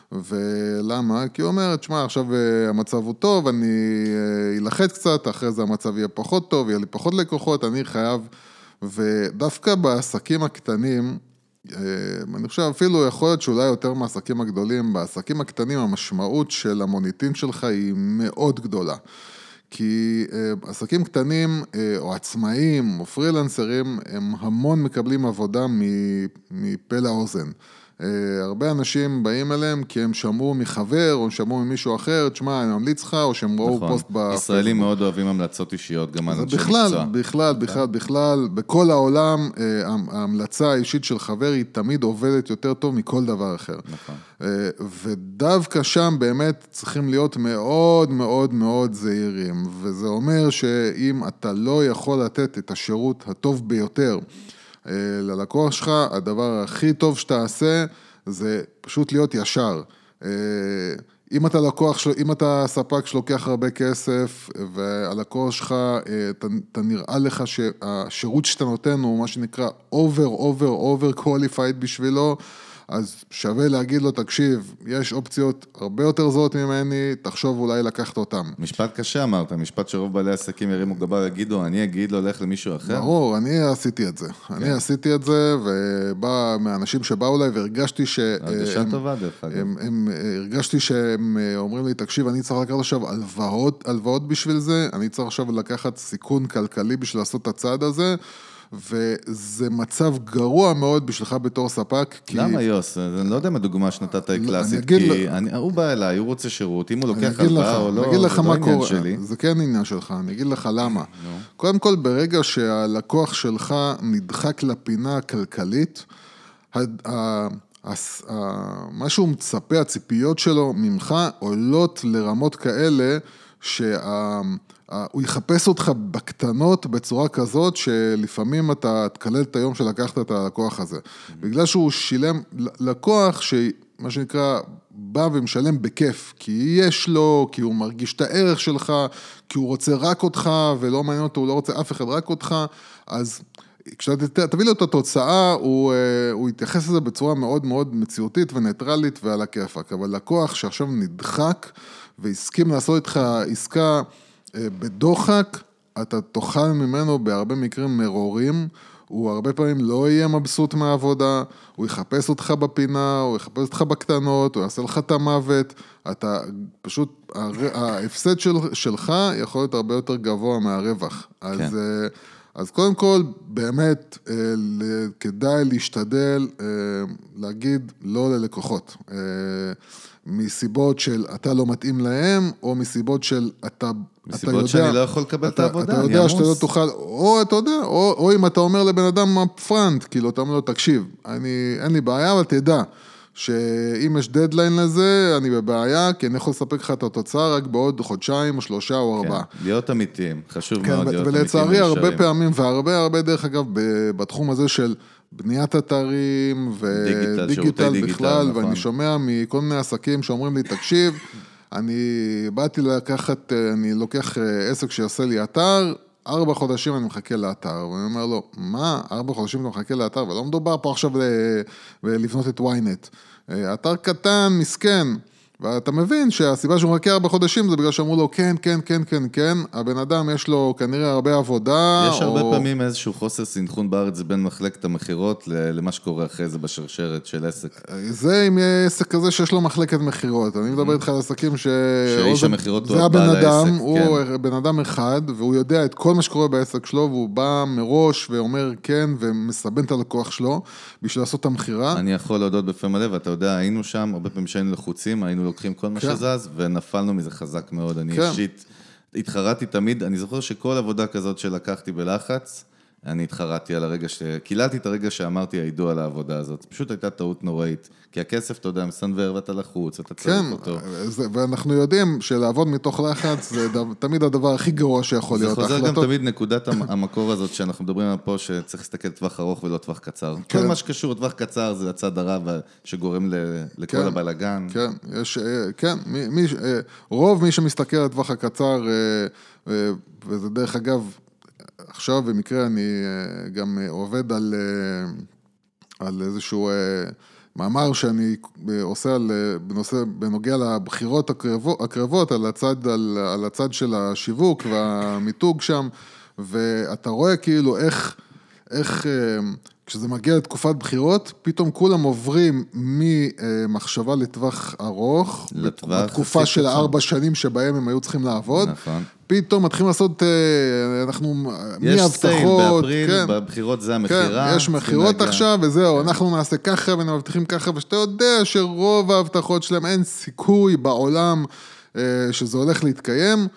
ולמה? כי הוא אומר, תשמע, עכשיו המצב הוא טוב, אני אלחץ קצת, אחרי זה המצב יהיה פחות טוב, יהיה לי פחות לקוחות, אני חייב, ודווקא בעסקים הקטנים, אני חושב אפילו יכול להיות שאולי יותר מהעסקים הגדולים, בעסקים הקטנים המשמעות של המוניטין שלך היא מאוד גדולה. כי עסקים קטנים או עצמאים או פרילנסרים הם המון מקבלים עבודה מפה לאוזן. הרבה אנשים באים אליהם כי הם שמעו מחבר, או שמעו ממישהו אחר, תשמע, אני ממליץ לך, או שהם ראו נכון. פוסט בפייסבוק. ישראלים מאוד אוהבים המלצות אישיות, גם אנשי בכלל, מקצוע. בכלל, בכלל, בכלל, בכל העולם, ההמלצה האישית של חבר היא תמיד עובדת יותר טוב מכל דבר אחר. נכון. ודווקא שם באמת צריכים להיות מאוד מאוד מאוד זהירים, וזה אומר שאם אתה לא יכול לתת את השירות הטוב ביותר ללקוח שלך, הדבר הכי טוב שתעשה זה פשוט להיות ישר. אם אתה לקוח, אם אתה ספק שלוקח הרבה כסף, והלקוח שלך, אתה, אתה נראה לך שהשירות שאתה נותן הוא מה שנקרא over, over, over qualified בשבילו, אז שווה להגיד לו, תקשיב, יש אופציות הרבה יותר זרות ממני, תחשוב אולי לקחת אותם. משפט קשה אמרת, משפט שרוב בעלי עסקים ירימו גבה, יגידו, אני אגיד לו, הולך למישהו אחר. ברור, אני עשיתי את זה. אני עשיתי את זה, ובא מהאנשים שבאו אליי, והרגשתי ש... הרגשה טובה דרך אגב. הרגשתי שהם אומרים לי, תקשיב, אני צריך לקחת עכשיו הלוואות, הלוואות בשביל זה, אני צריך עכשיו לקחת סיכון כלכלי בשביל לעשות את הצעד הזה, וזה מצב גרוע מאוד בשבילך בתור ספק. למה יוס? אני לא יודע מה דוגמה שנתת היא קלאסית, כי הוא בא אליי, הוא רוצה שירות, אם הוא לוקח הלוואה או לא, זה לא עניין שלי. זה כן עניין שלך, אני אגיד לך למה. קודם כל, ברגע שהלקוח שלך נדחק לפינה הכלכלית, מה שהוא מצפה, הציפיות שלו ממך עולות לרמות כאלה, שה... הוא יחפש אותך בקטנות בצורה כזאת שלפעמים אתה תקלל את היום שלקחת את הלקוח הזה. בגלל שהוא שילם לקוח שמה שנקרא בא ומשלם בכיף, כי יש לו, כי הוא מרגיש את הערך שלך, כי הוא רוצה רק אותך ולא מעניין אותו, הוא לא רוצה אף אחד רק אותך, אז כשאתה תביא לו את התוצאה, הוא, הוא יתייחס לזה בצורה מאוד מאוד מציאותית וניטרלית ועל הכיפק, אבל לקוח שעכשיו נדחק והסכים לעשות איתך עסקה בדוחק, אתה תאכל ממנו בהרבה מקרים מרורים, הוא הרבה פעמים לא יהיה מבסוט מהעבודה, הוא יחפש אותך בפינה, הוא יחפש אותך בקטנות, הוא יעשה לך את המוות, אתה פשוט, ההפסד של, שלך יכול להיות הרבה יותר גבוה מהרווח. כן. אז, אז קודם כל, באמת, כדאי להשתדל להגיד לא ללקוחות. מסיבות של אתה לא מתאים להם, או מסיבות של אתה... מסיבות שאני לא יכול לקבל את העבודה, אתה יודע שאתה לא תוכל, או אתה יודע, או אם אתה אומר לבן אדם פרנט, כאילו אתה אומר לו, תקשיב, אין לי בעיה, אבל תדע, שאם יש דדליין לזה, אני בבעיה, כי אני יכול לספק לך את התוצאה רק בעוד חודשיים, או שלושה, או ארבעה. להיות אמיתיים, חשוב מאוד להיות אמיתיים. ולצערי, הרבה פעמים, והרבה הרבה דרך אגב, בתחום הזה של בניית אתרים, ודיגיטל בכלל, ואני שומע מכל מיני עסקים שאומרים לי, תקשיב, אני באתי לקחת, אני לוקח עסק שיעשה לי אתר, ארבע חודשים אני מחכה לאתר, ואני אומר לו, מה? ארבע חודשים אני מחכה לאתר, ולא מדובר פה עכשיו לבנות את וויינט. אתר קטן, מסכן, ואתה מבין שהסיבה שהוא מחכה ארבע חודשים זה בגלל שאמרו לו, כן, כן, כן, כן, כן, הבן אדם יש לו כנראה הרבה עבודה. יש הרבה פעמים איזשהו חוסר סנכרון בארץ בין מחלקת המחירות למה שקורה אחרי זה בשרשרת של עסק. זה אם יהיה עסק כזה שיש לו מחלקת מחירות. אני מדבר איתך על עסקים ש... שאיש המחירות הוא הבן אדם, הוא בן אדם אחד, והוא יודע את כל מה שקורה בעסק שלו, והוא בא מראש ואומר כן, ומסבן את הלקוח שלו, בשביל לעשות את המחירה. אני יכול להודות בפה מלא, ואתה יודע, היינו שם, הרבה פעמים שהיינו לחוצים, היינו לוקחים כל מה שזז, ונפלנו מזה חזק מאוד. אני אישית התחרתי תמיד, אני זוכר שכל עבודה כזאת שלקחתי בלחץ, אני התחרתי על הרגע ש... קיללתי את הרגע שאמרתי הידוע על העבודה הזאת. פשוט הייתה טעות נוראית. כי הכסף, אתה יודע, מסנבר ואתה לחוץ, אתה צריך אותו. כן, ואנחנו יודעים שלעבוד מתוך לחץ זה תמיד הדבר הכי גרוע שיכול להיות. זה חוזר גם תמיד נקודת המקור הזאת שאנחנו מדברים על פה, שצריך להסתכל טווח ארוך ולא טווח קצר. כל מה שקשור לטווח קצר זה הצד הרע שגורם לכל הבלגן. כן, יש, כן, רוב מי שמסתכל על טווח הקצר, וזה דרך אגב, עכשיו במקרה אני גם עובד על, על איזשהו מאמר שאני עושה על, בנושא, בנוגע לבחירות הקרבות, הקרבות על הצד, על, על הצד של השיווק והמיתוג שם, ואתה רואה כאילו איך, איך, כשזה מגיע לתקופת בחירות, פתאום כולם עוברים ממחשבה לטווח ארוך, לטווח בתקופה של ארבע שנים שבהם הם היו צריכים לעבוד, נכון. פתאום מתחילים לעשות, אנחנו, יש סייל באפריל, כן, בבחירות זה המחירה. כן, יש מחירות עכשיו, וזהו, כן. אנחנו נעשה ככה, ונבטיחים ככה, ושאתה יודע שרוב ההבטחות שלהם אין סיכוי בעולם, שזה הולך להתקיים,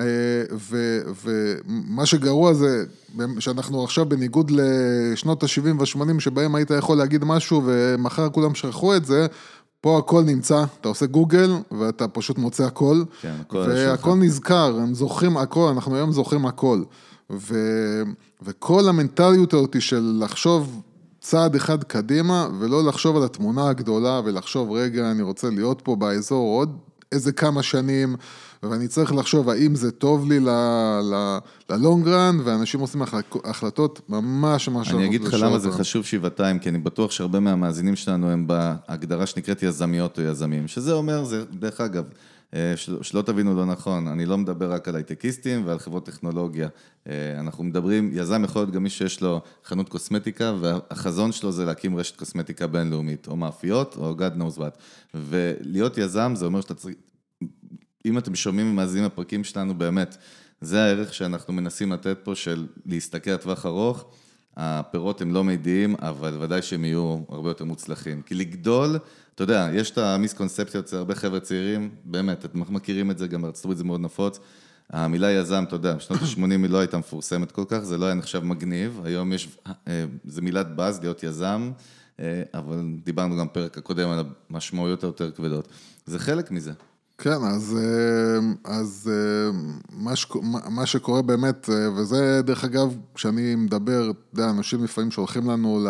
ומה שגרוע זה, שאנחנו עכשיו בניגוד לשנות ה-שבעים וה-שמונים, שבהם היית יכול להגיד משהו, ומחר כולם שכחו את זה, פה הכל נמצא, אתה עושה גוגל, ואתה פשוט מוצא הכל, כן, הכל והכל נזכר, הם זוכרים הכל, אנחנו היום זוכרים הכל, ו, וכל המנטליות אותי של לחשוב צעד אחד קדימה, ולא לחשוב על התמונה הגדולה, ולחשוב, רגע, אני רוצה להיות פה באזור עוד איזה כמה שנים, ואני צריך לחשוב האם זה טוב לי ללונגרן, ואנשים עושים החלטות ממש ממש... אני אגיד לך למה זה חשוב שבעתיים, כי אני בטוח שהרבה מהמאזינים שלנו הם בהגדרה שנקראת יזמיות או יזמים, שזה אומר, זה דרך אגב, שלא תבינו לא נכון, אני לא מדבר רק על הייטקיסטים ועל חברות טכנולוגיה, אנחנו מדברים, יזם יכול להיות גם מי שיש לו חנות קוסמטיקה, והחזון שלו זה להקים רשת קוסמטיקה בינלאומית, או מאפיות, או God knows what, ולהיות יזם זה אומר שאתה צריך... אם אתם שומעים ומאזינים הפרקים שלנו, באמת, זה הערך שאנחנו מנסים לתת פה של להסתכל על טווח ארוך, הפירות הם לא מידיים, אבל ודאי שהם יהיו הרבה יותר מוצלחים. כי לגדול, אתה יודע, יש את המיסקונספציות, זה הרבה חבר'ה צעירים, באמת, אתם מכירים את זה, גם בארצות הברית זה מאוד נפוץ, המילה יזם, אתה יודע, בשנות ה-שמונים היא לא הייתה מפורסמת כל כך, זה לא היה נחשב מגניב, היום יש, זה מילת באז להיות יזם, אבל דיברנו גם פרק הקודם על המשמעויות היותר כבדות. זה חלק מזה. כן, אז, אז מה, ש, מה שקורה באמת, וזה דרך אגב, כשאני מדבר, יודע, אנשים לפעמים שולחים לנו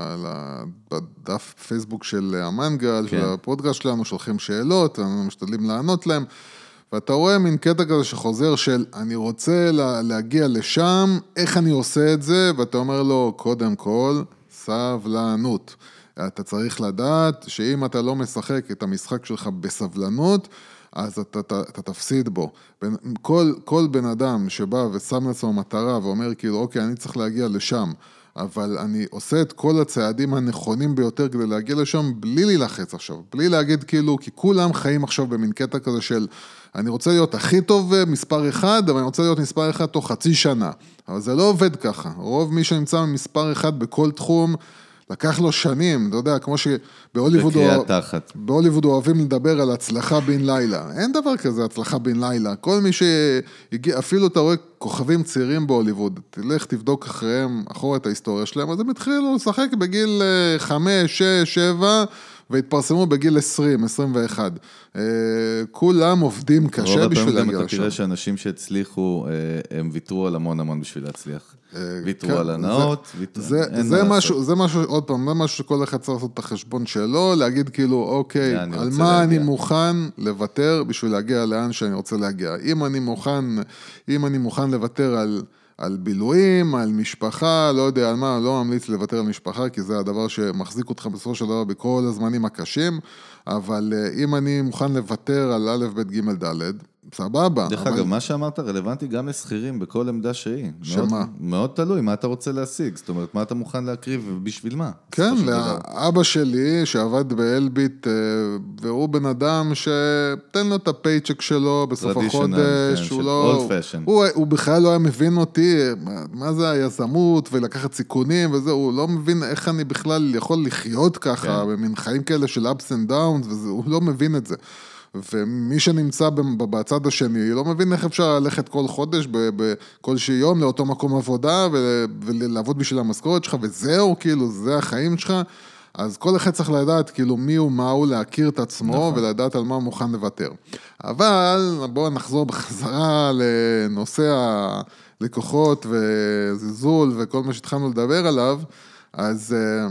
לדף פייסבוק של המנגל, כן. של הפודקאסט שלנו, שולחים שאלות, אנחנו משתדלים לענות להם, ואתה רואה מין קטע כזה שחוזר של, אני רוצה להגיע לשם, איך אני עושה את זה, ואתה אומר לו, קודם כל, סבלנות. אתה צריך לדעת שאם אתה לא משחק את המשחק שלך בסבלנות, אז אתה, אתה, אתה תפסיד בו. כל, כל בן אדם שבא ושם לעצמו מטרה ואומר כאילו, אוקיי, אני צריך להגיע לשם, אבל אני עושה את כל הצעדים הנכונים ביותר כדי להגיע לשם, בלי להילחץ עכשיו, בלי להגיד כאילו, כי כולם חיים עכשיו במין קטע כזה של, אני רוצה להיות הכי טוב מספר אחד, אבל אני רוצה להיות מספר אחד תוך חצי שנה. אבל זה לא עובד ככה. רוב מי שנמצא ממספר אחד בכל תחום, לקח לו שנים, אתה יודע, כמו שבהוליווד אוהבים לדבר על הצלחה בין לילה. אין דבר כזה, הצלחה בין לילה. כל מי שהגיע, אפילו אתה רואה כוכבים צעירים בהוליווד, תלך תבדוק אחריהם, אחורה את ההיסטוריה שלהם, אז הם התחילו לשחק בגיל חמש, שש, שבע, והתפרסמו בגיל עשרים, עשרים ואחת. כולם עובדים קשה בשביל להגיע לשם. רוב הפעמים אתה תראה שאנשים שהצליחו, הם ויתרו על המון המון בשביל להצליח. ויתרו על הנאות. זה משהו, זה משהו, עוד פעם, זה משהו שכל אחד צריך לעשות את החשבון שלו, להגיד כאילו, אוקיי, על מה אני מוכן לוותר בשביל להגיע לאן שאני רוצה להגיע. אם אני מוכן, אם אני מוכן לוותר על... על בילויים, על משפחה, לא יודע על מה, לא ממליץ לוותר על משפחה, כי זה הדבר שמחזיק אותך בסופו של דבר בכל הזמנים הקשים, אבל אם אני מוכן לוותר על א', ב', ג', ד', סבבה. דרך אגב, מה שאמרת רלוונטי גם לסחירים בכל עמדה שהיא. שמה? מאוד תלוי, מה אתה רוצה להשיג, זאת אומרת, מה אתה מוכן להקריב ובשביל מה? כן, לאבא שלי שעבד באלביט, והוא בן אדם שתן לו את הפייצ'ק שלו בסוף החודש, הוא לא... הוא בכלל לא היה מבין אותי, מה זה היזמות ולקחת סיכונים וזה, הוא לא מבין איך אני בכלל יכול לחיות ככה, במין חיים כאלה של ups and downs, והוא לא מבין את זה. ומי שנמצא בצד השני, לא מבין איך אפשר ללכת כל חודש, בכל שיום, לאותו מקום עבודה, ולעבוד בשביל המשכורת שלך, וזהו, כאילו, זה החיים שלך. אז כל אחד צריך לדעת, כאילו, מי הוא, מה הוא, להכיר את עצמו, ולדעת על מה הוא מוכן לוותר. אבל, בואו נחזור בחזרה לנושא הלקוחות, וזלזול, וכל מה שהתחלנו לדבר עליו, אז...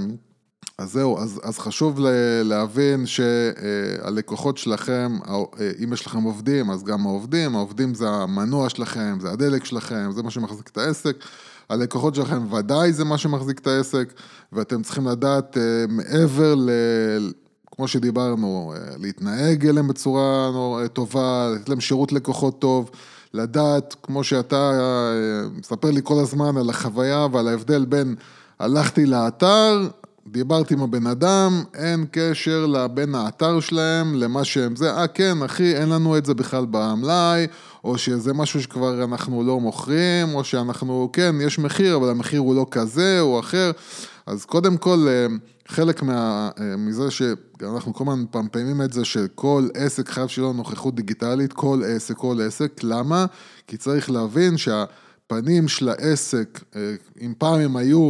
אז זהו, אז, אז חשוב להבין שהלקוחות שלכם, אם יש לכם עובדים, אז גם העובדים, העובדים זה המנוע שלכם, זה הדלק שלכם, זה מה שמחזיק את העסק, הלקוחות שלכם ודאי זה מה שמחזיק את העסק, ואתם צריכים לדעת מעבר ל... כמו שדיברנו, להתנהג אליהם בצורה טובה, לתת להם שירות לקוחות טוב, לדעת, כמו שאתה מספר לי כל הזמן על החוויה ועל ההבדל בין הלכתי לאתר, דיברתי עם הבן אדם, אין קשר לבין האתר שלהם, למה שהם זה, אה כן אחי, אין לנו את זה בכלל במלאי, או שזה משהו שכבר אנחנו לא מוכרים, או שאנחנו, כן, יש מחיר, אבל המחיר הוא לא כזה או אחר. אז קודם כל, חלק מה, מזה שאנחנו כל הזמן פעמים את זה, שכל עסק חייב שיהיה לו נוכחות דיגיטלית, כל עסק, כל עסק. למה? כי צריך להבין שהפנים של העסק, אם פעם הם היו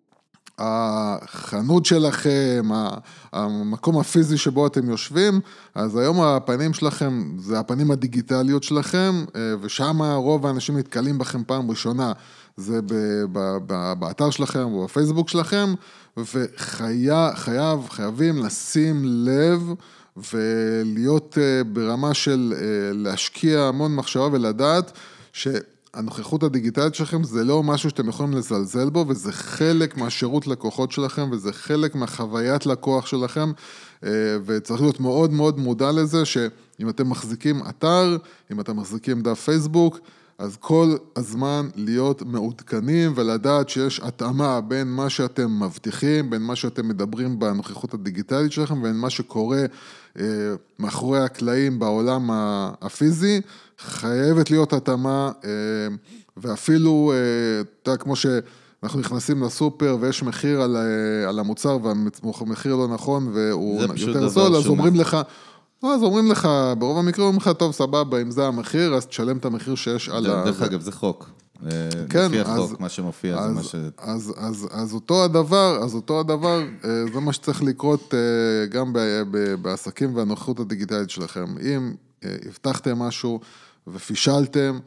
החנות שלכם, המקום הפיזי שבו אתם יושבים, אז היום הפנים שלכם זה הפנים הדיגיטליות שלכם, ושם רוב האנשים נתקלים בכם פעם ראשונה, זה באתר שלכם או בפייסבוק שלכם, וחייב, חייבים לשים לב ולהיות ברמה של להשקיע המון מחשבה ולדעת ש... הנוכחות הדיגיטלית שלכם זה לא משהו שאתם יכולים לזלזל בו, וזה חלק מהשירות לקוחות שלכם, וזה חלק מהחוויית לקוח שלכם, וצריך להיות מאוד מאוד מודע לזה, שאם אתם מחזיקים אתר, אם אתם מחזיקים דף פייסבוק, אז כל הזמן להיות מעודכנים, ולדעת שיש התאמה בין מה שאתם מבטיחים, בין מה שאתם מדברים בנוכחות הדיגיטלית שלכם, ובין מה שקורה מאחורי הקלעים בעולם הפיזי, חייבת להיות התאמה, ואפילו, אתה יודע, כמו שאנחנו נכנסים לסופר, ויש מחיר על, על המוצר, והמחיר לא נכון, והוא יותר זול, אז אומרים לך, אז אומרים לך, ברוב המקרה אומרים לך, טוב, סבבה, אם זה המחיר, אז תשלם את המחיר שיש על ה... דרך אגב, זה חוק. כן, לפי אז, החוק, מה שמופיע אז, זה מה ש... אז, אז, אז אותו הדבר, אז אותו הדבר, זה מה שצריך לקרות גם בעסקים והנוכחות הדיגיטלית שלכם. אם הבטחתם משהו ופישלתם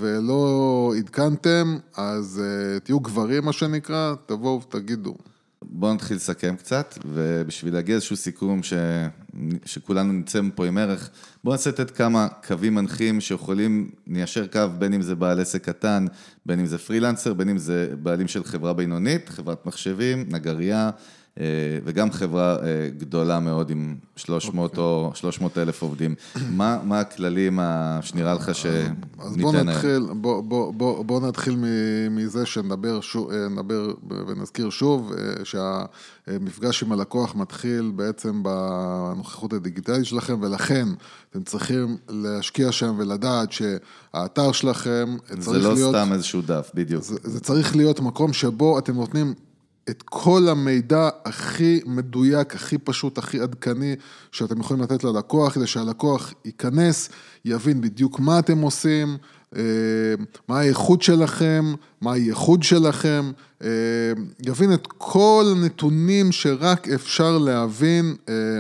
ולא עדכנתם, אז תהיו גברים, מה שנקרא, תבואו ותגידו. בואו נתחיל לסכם קצת, ובשביל להגיע איזשהו סיכום ש... שכולנו נצא פה עם ערך, בואו נעשה את כמה קווים מנחים שיכולים ניישר קו, בין אם זה בעל עסק קטן, בין אם זה פרילנסר, בין אם זה בעלים של חברה בינונית, חברת מחשבים, נגריה, וגם חברה גדולה מאוד עם שלוש מאות או שלוש מאות אלף עובדים. מה, מה הכללים שנראה לך שניתן היום? אז בוא נתחיל, בוא, בוא, בוא, בוא נתחיל מזה שנדבר שוב, נדבר ונזכיר שוב, שהמפגש עם הלקוח מתחיל בעצם בנוכחות הדיגיטלית שלכם, ולכן אתם צריכים להשקיע שם ולדעת שהאתר שלכם צריך להיות... זה לא סתם איזשהו דף, בדיוק. זה, זה צריך להיות מקום שבו אתם נותנים את כל המידע הכי מדויק, הכי פשוט, הכי עדכני, שאתם יכולים לתת ללקוח, כדי שהלקוח ייכנס, יבין בדיוק מה אתם עושים, מה האיכות שלכם, מה הייחוד שלכם, יבין את כל הנתונים שרק אפשר להבין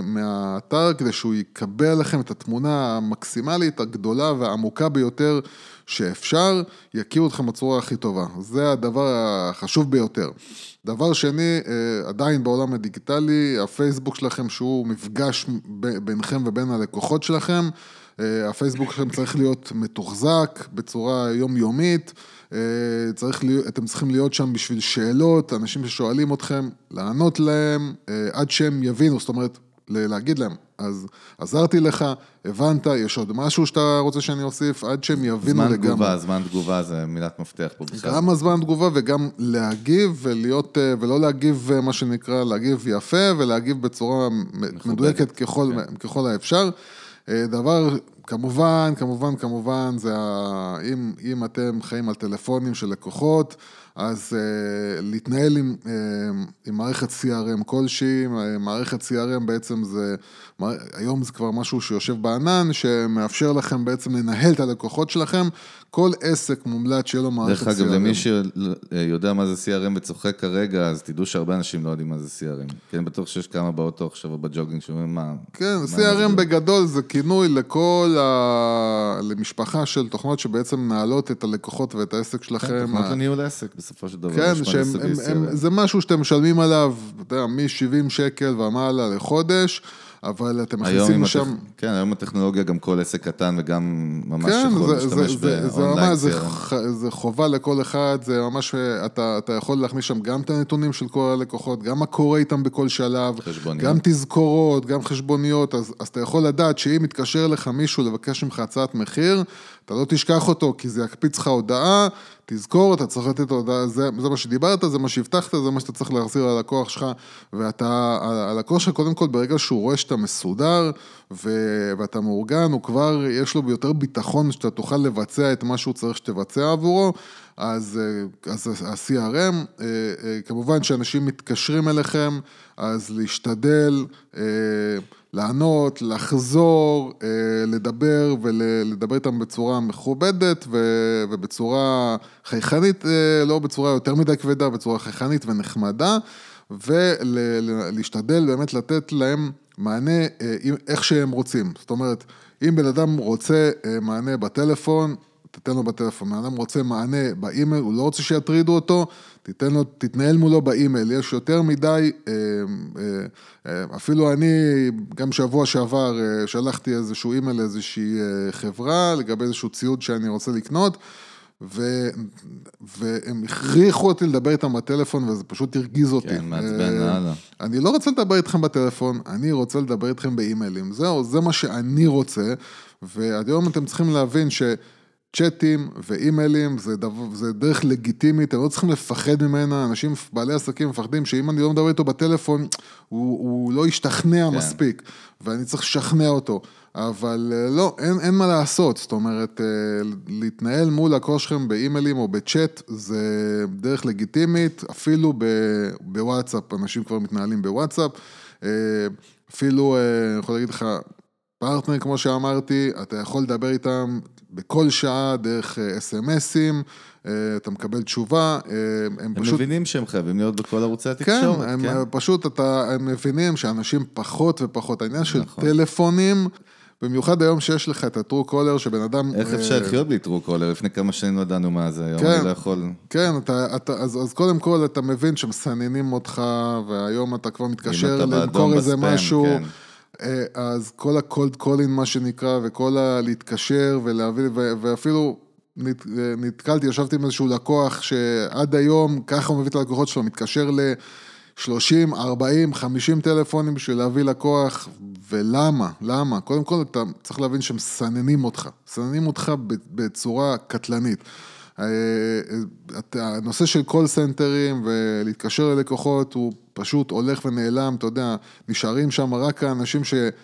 מהאתר, כדי שהוא יקבל לכם את התמונה המקסימלית, הגדולה והעמוקה ביותר שאפשר, יכירו אתכם בצורה הכי טובה. זה הדבר החשוב ביותר. דבר שני, עדיין בעולם הדיגיטלי, הפייסבוק שלכם שהוא מפגש ביניכם ובין הלקוחות שלכם, הפייסבוק שלכם צריך להיות מתוחזק בצורה יומיומית, צריך להיות, אתם צריכים להיות שם בשביל שאלות, אנשים ששואלים אתכם, לענות להם, עד שהם יבינו, זאת אומרת, להגיד להם, אז עזרתי לך, הבנת, יש עוד משהו שאתה רוצה שאני אוסיף, עד שהם יבינו לגמרי. זמן תגובה, זמן תגובה זה מילת מפתח פה בכלל. גם הזמן תגובה וגם להגיב ולהיות, ולא להגיב מה שנקרא, להגיב יפה ולהגיב בצורה מדויקת ככל, ככל האפשר. דבר, כמובן, כמובן, כמובן, זה אם, אם אתם חיים על טלפונים של לקוחות, אז uh, להתנהל עם, uh, עם מערכת סי אר אם כלשהי, מערכת סי אר אם בעצם זה, היום זה כבר משהו שיושב בענן, שמאפשר לכם בעצם לנהל את הלקוחות שלכם, כל עסק מומלץ שיהיה לו מערכת סי אר אם. דרך אגב, למי שיודע מה זה סי אר אם וצוחק כרגע, אז תדעו שהרבה אנשים לא יודעים מה זה סי אר אם. כן, בטוח שיש כמה באוטו עכשיו בג'וגינג שאומרים מה... כן, סי אר אם בגדול זה כינוי לכל ה... למשפחה של תוכנות שבעצם מנהלות את הלקוחות ואת העסק שלכם. כן, תוכנות לניהול העסק בסופו של דבר. כן, שהם, הם, הם, זה משהו שאתם משלמים עליו, אתה יודע, מ-שבעים שקל ומעלה לחודש, אבל אתם מכניסים לשם... כן, היום הטכנולוגיה גם כל עסק קטן וגם ממש יכול להשתמש באונליין סי אר אם. זה חובה לכל אחד, זה ממש, אתה, אתה יכול להכניס שם גם את הנתונים של כל הלקוחות, גם מה קורה איתם בכל שלב, גם תזכורות, גם חשבוניות, אז, אז אתה יכול לדעת שאם מתקשר לך מישהו לבקש ממך הצעת מחיר, אתה לא תשכח אותו, כי זה יקפיץ לך הודעה, תזכור, אתה צריך לתת הודעה, זה, זה מה שדיברת, זה מה שהבטחת, זה מה שאתה צריך להחזיר ללקוח שלך, ואתה, הלקוח שלך קודם כל ברגע שהוא רואה שאתה שאתה מסודר ו- ואתה מאורגן, הוא כבר, יש לו יותר ביטחון שאתה תוכל לבצע את מה שהוא צריך שתבצע עבורו, אז, אז ה-סי אר אם, כמובן שאנשים מתקשרים אליכם, אז להשתדל, לענות, לחזור, לדבר ולדבר איתם בצורה מכובדת ובצורה חייכנית, לא בצורה יותר מדי כבדה, בצורה חייכנית ונחמדה, ולהשתדל באמת לתת להם מענה איך שהם רוצים. זאת אומרת, אם בן אדם רוצה מענה בטלפון, תתן לו בטלפון. בן אדם רוצה מענה באימייל, הוא לא רוצה שיטרידו אותו, תתן לו, תתנהל מולו באימייל. יש יותר מדי, אפילו אני, גם שבוע שעבר, שלחתי איזשהו אימייל לאיזושהי חברה, לגבי איזשהו ציוד שאני רוצה לקנות, ו... והם הכריחו אותי לדבר איתם בטלפון, וזה פשוט הרגיז אותי. כן, מעצבן, הלאה. אני לא רוצה לדבר איתכם בטלפון, אני רוצה לדבר איתכם באימיילים. זהו, זה מה שאני רוצה, והיום אתם צריכים להבין שצ'אטים ואימיילים זה, דבר, זה דרך לגיטימית, הם לא צריכים לפחד ממנה, אנשים בעלי עסקים מפחדים שאם אני לא מדבר איתו בטלפון, הוא, הוא לא ישתכנע כן. מספיק, ואני צריך לשכנע אותו. אבל לא, אין, אין מה לעשות, זאת אומרת, להתנהל מול לקוח שלכם באימיילים או בצ'אט, זה דרך לגיטימית, אפילו בוואטסאפ, אנשים כבר מתנהלים בוואטסאפ, אפילו, אני יכול להגיד לך, פרטנר, כמו שאמרתי, אתה יכול לדבר איתם בכל שעה, דרך אס אם אסים, אתה מקבל תשובה, הם, הם פשוט... מבינים שהם חייבים להיות בכל ערוצי התקשורת. כן, הם כן. פשוט, אתה, הם מבינים שאנשים פחות ופחות, העניין של נכון. טלפונים, במיוחד היום שיש לך את הטרו קולר, שבן אדם... איך אפשר לחיות בלי טרו קולר? לפני כמה שנים לא ידענו מה זה, היום כן, אני לא יכול... כן, אתה, אתה, אז, אז קודם כל אתה מבין שמסננים אותך, והיום אתה כבר מתקשר למכור איזה בספם, משהו, כן. אז כל הקולד קולין, מה שנקרא, וכל הלהתקשר ולהביא, ואפילו נתקלתי, ישבתי עם איזשהו לקוח, שעד היום, ככה הוא מביא את הלקוחות שלו, מתקשר ל-שלושים, ארבעים, חמישים טלפונים בשביל להביא לקוח, ולמה? למה? קודם כל אתה צריך להבין שהם סננים אותך, סננים אותך בצורה קטלנית. הנושא של קול סנטרים ולהתקשר ללקוחות הוא פשוט הולך ונעלם, אתה יודע, נשארים שם רק האנשים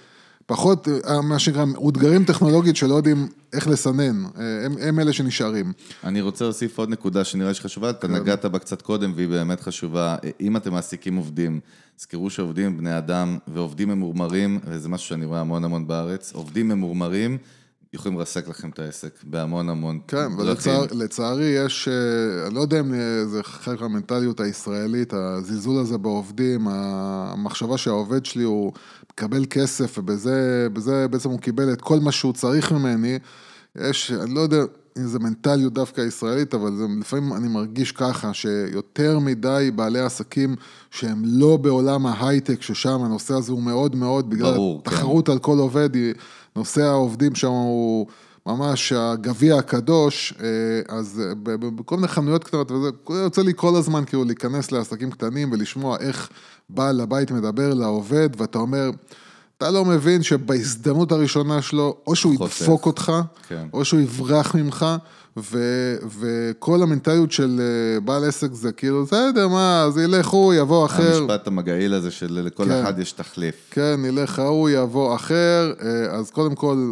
שפחות, מה שנקרא, מאותגרים טכנולוגית שלא יודעים איך לסנן, הם, הם אלה שנשארים. אני רוצה להוסיף עוד נקודה שנראה שחשובה, אתה נגעת בה קצת קודם והיא באמת חשובה, אם אתם מעסיקים עובדים, זכרו שעובדים הם בני אדם ועובדים ממורמרים, וזה משהו שאני רואה המון המון בארץ, עובדים ממורמרים, יכולים לרסק לכם את העסק בהמון המון דרכים. כן, ולצערי יש, אני לא יודע אם זה חלק מהמנטליות הישראלית, הזלזול הזה בעובדים, המחשבה שהעובד שלי הוא מקבל כסף, ובזה בזה בעצם הוא קיבל את כל מה שהוא צריך ממני, יש, אני לא יודע אם זה מנטליות דווקא ישראלית, אבל זה, לפעמים אני מרגיש ככה, שיותר מדי בעלי עסקים שהם לא בעולם ההייטק, ששם הנושא הזה הוא מאוד מאוד, בגלל ברור, תחרות כן. על כל עובד, נושא העובדים שם הוא ממש הגביע הקדוש, אז בכל מיני חנויות קטנות, וזה יוצא לי כל הזמן כאילו להיכנס לעסקים קטנים, ולשמוע איך בעל הבית מדבר לעובד, ואתה אומר, אתה לא מבין שבהזדמנות הראשונה שלו, או שהוא חוסך. ידפוק אותך, כן. או שהוא יברח ממך, ו- וכל המנטליות של בעל עסק זה כאילו, זה יודע מה, אז ילך הוא, יבוא אחר. המשפט המגעיל הזה של לכל כן. אחד יש תחליף. כן, ילך הוא, יבוא אחר, אז קודם כל,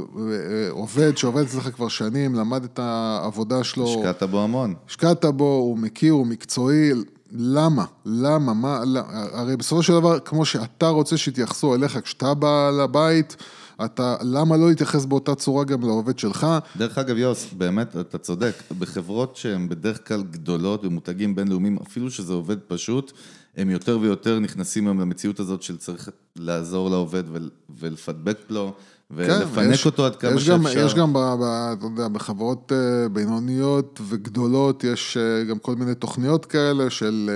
עובד שעובד אצלך כבר שנים, למד את העבודה שלו. השקעת בו המון. השקעת בו, הוא מכיר, הוא מקצועי, למה? למה? מה? הרי בסופו של דבר, כמו שאתה רוצה שיתייחסו אליך, כשאתה בא לבית, אתה, למה לא להתייחס באותה צורה גם לעובד שלך? דרך אגב, יוס, באמת, אתה צודק, בחברות שהן בדרך כלל גדולות ומותגים בינלאומיים, אפילו שזה עובד פשוט, הם יותר ויותר נכנסים היום למציאות הזאת של צריך לעזור לעובד ולפדבק לו, ולפנק יש, אותו עד כמה יש שאפשר. גם, יש גם ב, ב, אתה יודע, בחברות בינוניות וגדולות, יש גם כל מיני תוכניות כאלה של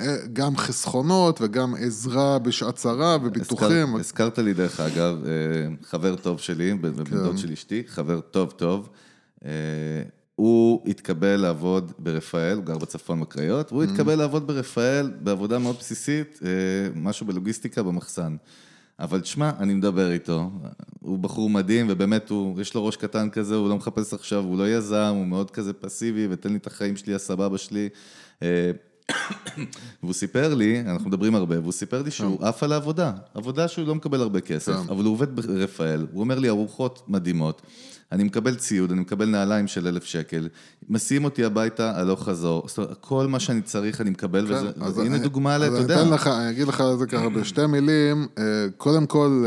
גם חסכונות וגם עזרה בשעת צרה וביטוחים. הזכר, הזכרת לי דרך אגב, חבר טוב שלי, בן דוד של אשתי, חבר טוב טוב, הוא התקבל לעבוד ברפאל, הוא גר בצפון בקריות, והוא התקבל לעבוד ברפאל בעבודה מאוד בסיסית, משהו בלוגיסטיקה במחסן. אבל תשמע, אני מדבר איתו, הוא בחור מדהים, ובאמת הוא, יש לו ראש קטן כזה, הוא לא מחפש עכשיו, הוא לא יזם, הוא מאוד כזה פסיבי, ותן לי את החיים שלי, הסבבה שלי. והוא סיפר לי, אנחנו מדברים הרבה, והוא סיפר לי שהוא עף על העבודה, עבודה שהוא לא מקבל הרבה כסף, אבל הוא עובד ברפאל, הוא אומר לי, ארוחות מדהימות, אני מקבל ציוד, אני מקבל נעליים של אלף שקל, מסיעים אותי הביתה, הלוך חזור, זאת אומרת, כל מה שאני צריך אני מקבל, והנה דוגמה, אתה יודע. אני אגיד לך זה ככה בשתי מילים, קודם כל,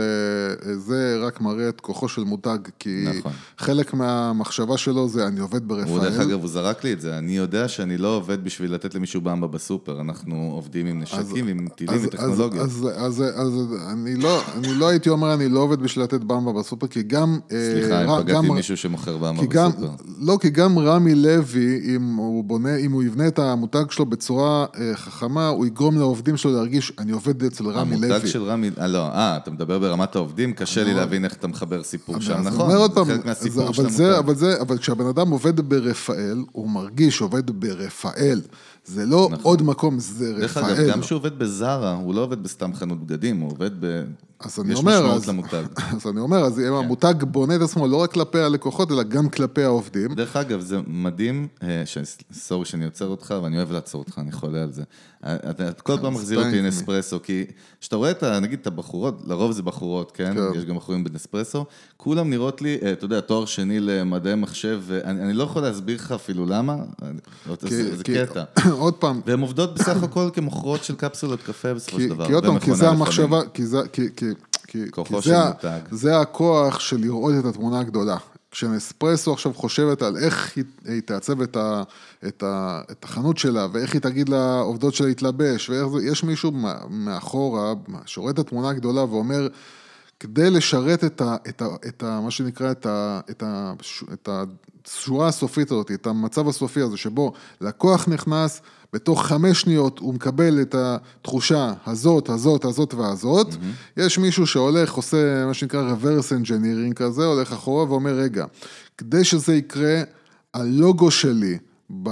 זה רק מראה את כוחו של מותג, כי חלק מהמחשבה שלו זה, אני עובד ברפאל. הוא דרך אגב, הוא זרק לי את זה, אני יודע שאני לא עובד בשביל לתת למישהו במבה בסופר, אנחנו עובדים עם נשקים, עם טילים וטכנולוגיות. אז אני לא הייתי אומר, אני לא עובד בשביל לתת במבה בסופר, כי גם... סליחה, אם פגעתי מישהו שמוכר במבה בסופר. לא, כי גם רמי לוי, אם הוא בונה, אם הוא יבנה את המותג שלו בצורה חכמה, הוא יגרום לעובדים שלו להרגיש, אני עובד אצל רמי לוי. המותג של רמי, לא, אה, אתה מדבר ברמת העובדים, קשה לי להבין איך אתה מחבר סיפור שם, נכון? חלק מהסיפור של המותג. אבל כשהבן אדם עובד ברפאל, הוא מרגיש עובד ברפאל. זה לא עוד מקום, זה רפאל. דרך אגב, גם שהוא עובד בזרה, הוא לא עובד בסתם חנות בגדים, הוא עובד ב... אז אני אומר, אז, אז אני אומר, אז כן. המותג בונה את עצמו לא רק כלפי הלקוחות, אלא גם כלפי העובדים. דרך אגב, זה מדהים, ש... סורי שאני יוצר אותך, ואני אוהב לעצור אותך, אני חולה על זה. את כל פעם מחזיר אותי נספרסו, כי כשאתה רואה את, נגיד, את הבחורות, לרוב זה בחורות, כן? כן. יש גם בחורים בנספרסו, כולם נראות לי, אתה יודע, תואר שני למדעי מחשב, ואני אני לא יכול להסביר לך אפילו למה, כי, זה, זה כי, קטע. עוד פעם. והן עובדות בסך הכל כמוכרות של קפסולות קפה בסופו של דבר. כי עוד פעם, כי זה המחשבה, כי זה, כי, כי, כי, כי זה, זה הכוח של לראות את התמונה הגדולה. כשנספרסו עכשיו חושבת על איך היא, היא תעצב את, ה, את, ה, את החנות שלה, ואיך היא תגיד לעובדות שלה להתלבש, ויש מישהו מאחורה שרואה את התמונה הגדולה ואומר, כדי לשרת את, ה, את, ה, את ה, מה שנקרא, את, ה, את, ה, את השורה הסופית הזאת, את המצב הסופי הזה, שבו לקוח נכנס, בתוך חמש שניות הוא מקבל את התחושה הזאת, הזאת, הזאת והזאת. Mm-hmm. יש מישהו שהולך, עושה מה שנקרא reverse engineering כזה, הולך אחורה ואומר, רגע, כדי שזה יקרה, הלוגו שלי ב...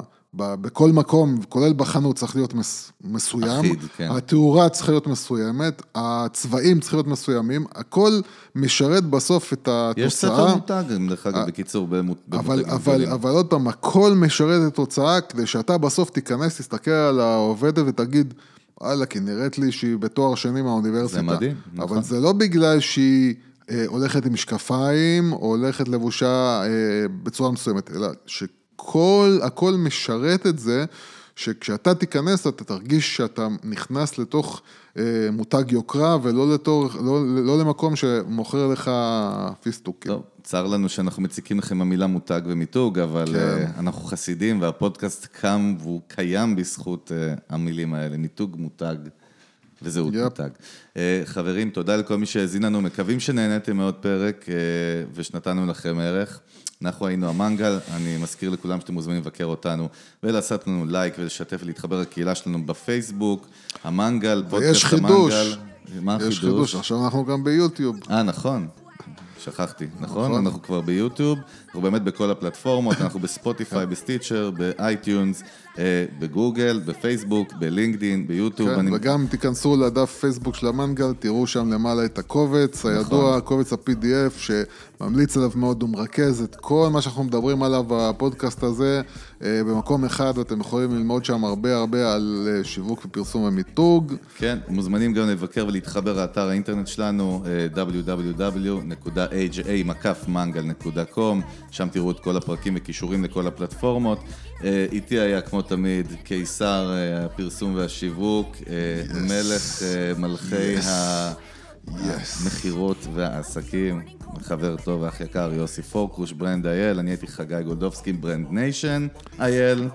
בכל מקום, כולל בחנות, צריך להיות מסוים, אחיד, כן. התאורה צריכה להיות מסוימת, הצבעים צריכים להיות מסוימים, הכל משרת בסוף את התוצאה. יש ספר מותג, דרך אגב, בקיצור, במותגים גדולים. אבל עוד פעם, הכל משרת את התוצאה, כדי שאתה בסוף תיכנס, תסתכל על העובדת ותגיד, וואלה, כי נראית לי שהיא בתואר שני מהאוניברסיטה. זה מדהים, נכון. אבל זה לא בגלל שהיא הולכת עם משקפיים, או הולכת לבושה בצורה מסוימת, אלא ש... כל, הכל משרת את זה, שכשאתה תיכנס, אתה תרגיש שאתה נכנס לתוך אה, מותג יוקרה, ולא לתור, לא, לא למקום שמוכר לך פיסטוק. טוב, צר לנו שאנחנו מציקים לכם המילה מותג ומיתוג, אבל כן. אה, אנחנו חסידים, והפודקאסט קם והוא קיים בזכות אה, המילים האלה, מיתוג מותג. וזהות yep. מותג. חברים, תודה לכל מי שהזין לנו, מקווים שנהניתם מאוד פרק ושנתנו לכם ערך. אנחנו היינו המנגל, אני מזכיר לכולם שאתם מוזמנים לבקר אותנו ולעשות לנו לייק ולשתף ולהתחבר לקהילה שלנו בפייסבוק, המנגל, פודקאסט המנגל. מה החידוש? יש חידוש, עכשיו אנחנו גם ביוטיוב. אה, נכון. שכחתי, נכון? נכון? אנחנו כבר ביוטיוב, אנחנו באמת בכל הפלטפורמות, אנחנו בספוטיפיי, בסטיצ'ר, באייטיונס, בגוגל, בפייסבוק, בלינקדין, ביוטיוב. כן, אני... וגם תיכנסו לדף פייסבוק של המנגל, תראו שם למעלה את הקובץ, נכון. הידוע, הקובץ ה-פי די אף, שממליץ עליו מאוד ומרכז את כל מה שאנחנו מדברים עליו בפודקאסט הזה, במקום אחד, ואתם יכולים ללמוד שם הרבה הרבה על שיווק ופרסום ומיתוג. כן, מוזמנים גם לבקר ולהתחבר לאתר האינטרנט שלנו, דאבליו דאבליו דאבליו נקודה אייץ' איי מקף מנגל נקודה קום, שם תראו את כל הפרקים וקישורים לכל הפלטפורמות. איתי היה כמו תמיד קיסר הפרסום והשיווק, yes. מלך מלכי yes. המחירות והעסקים, חבר טוב ואח יקר יוסי פורקוש, ברנד אייל, אני הייתי חגי גולדובסקי, ברנד ניישן, אייל,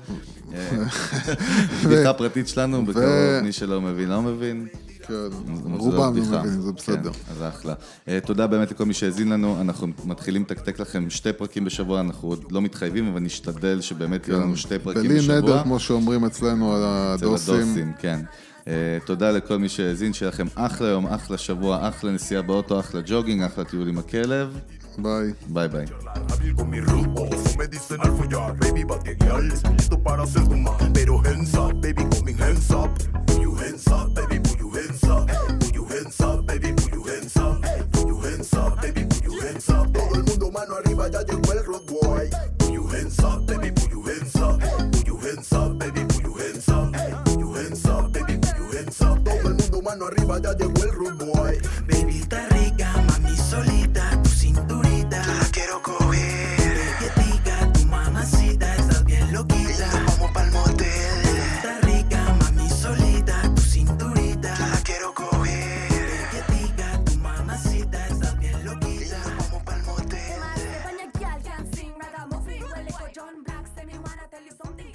בדיחה פרטית שלנו, בקרוב מי שלא מבין לא מבין. כן, רובם לא מבינים, זה בסדר. אז אחלה. תודה באמת לכל מי שהזין לנו, אנחנו מתחילים לתקתק לכם שתי פרקים בשבוע, אנחנו עוד לא מתחייבים, אבל נשתדל שבאמת יהיו לנו שתי פרקים בשבוע. בלי נדר, כמו שאומרים אצלנו על הדוסים. הדוסים, כן. תודה לכל מי שהזין, שיהיה לכם אחלה יום, אחלה שבוע, אחלה נסיעה באוטו, אחלה ג'וגינג, אחלה טיול עם הכלב. ביי. ביי ביי. Me dicen al follar, baby, but que girl, listo para hacer tu mal. Pero hands up, baby, coming hands up. Put your hands up, baby, put your hands up. Put your hands up, baby, put your hands up. Put your hands up, baby, put your hands up. Todo el mundo mano arriba, ya llegó el road boy. Put your hands up, baby, put your hands up. Put your hands up, baby, put your hands up. llegó el rude boy. Baby, está rica, mami, solita, tu cinturita. La quiero coger. Quietita, tu mamacita, estás bien loquita. Nos vamos pa'l motel. Está rica, mami, solita, tu cinturita. La quiero coger. Quietita, tu mamacita, estás bien loquita. Nos vamos pa'l motel. When a girl can sing ragamuffin, well, if a John Black say me wanna tell you something.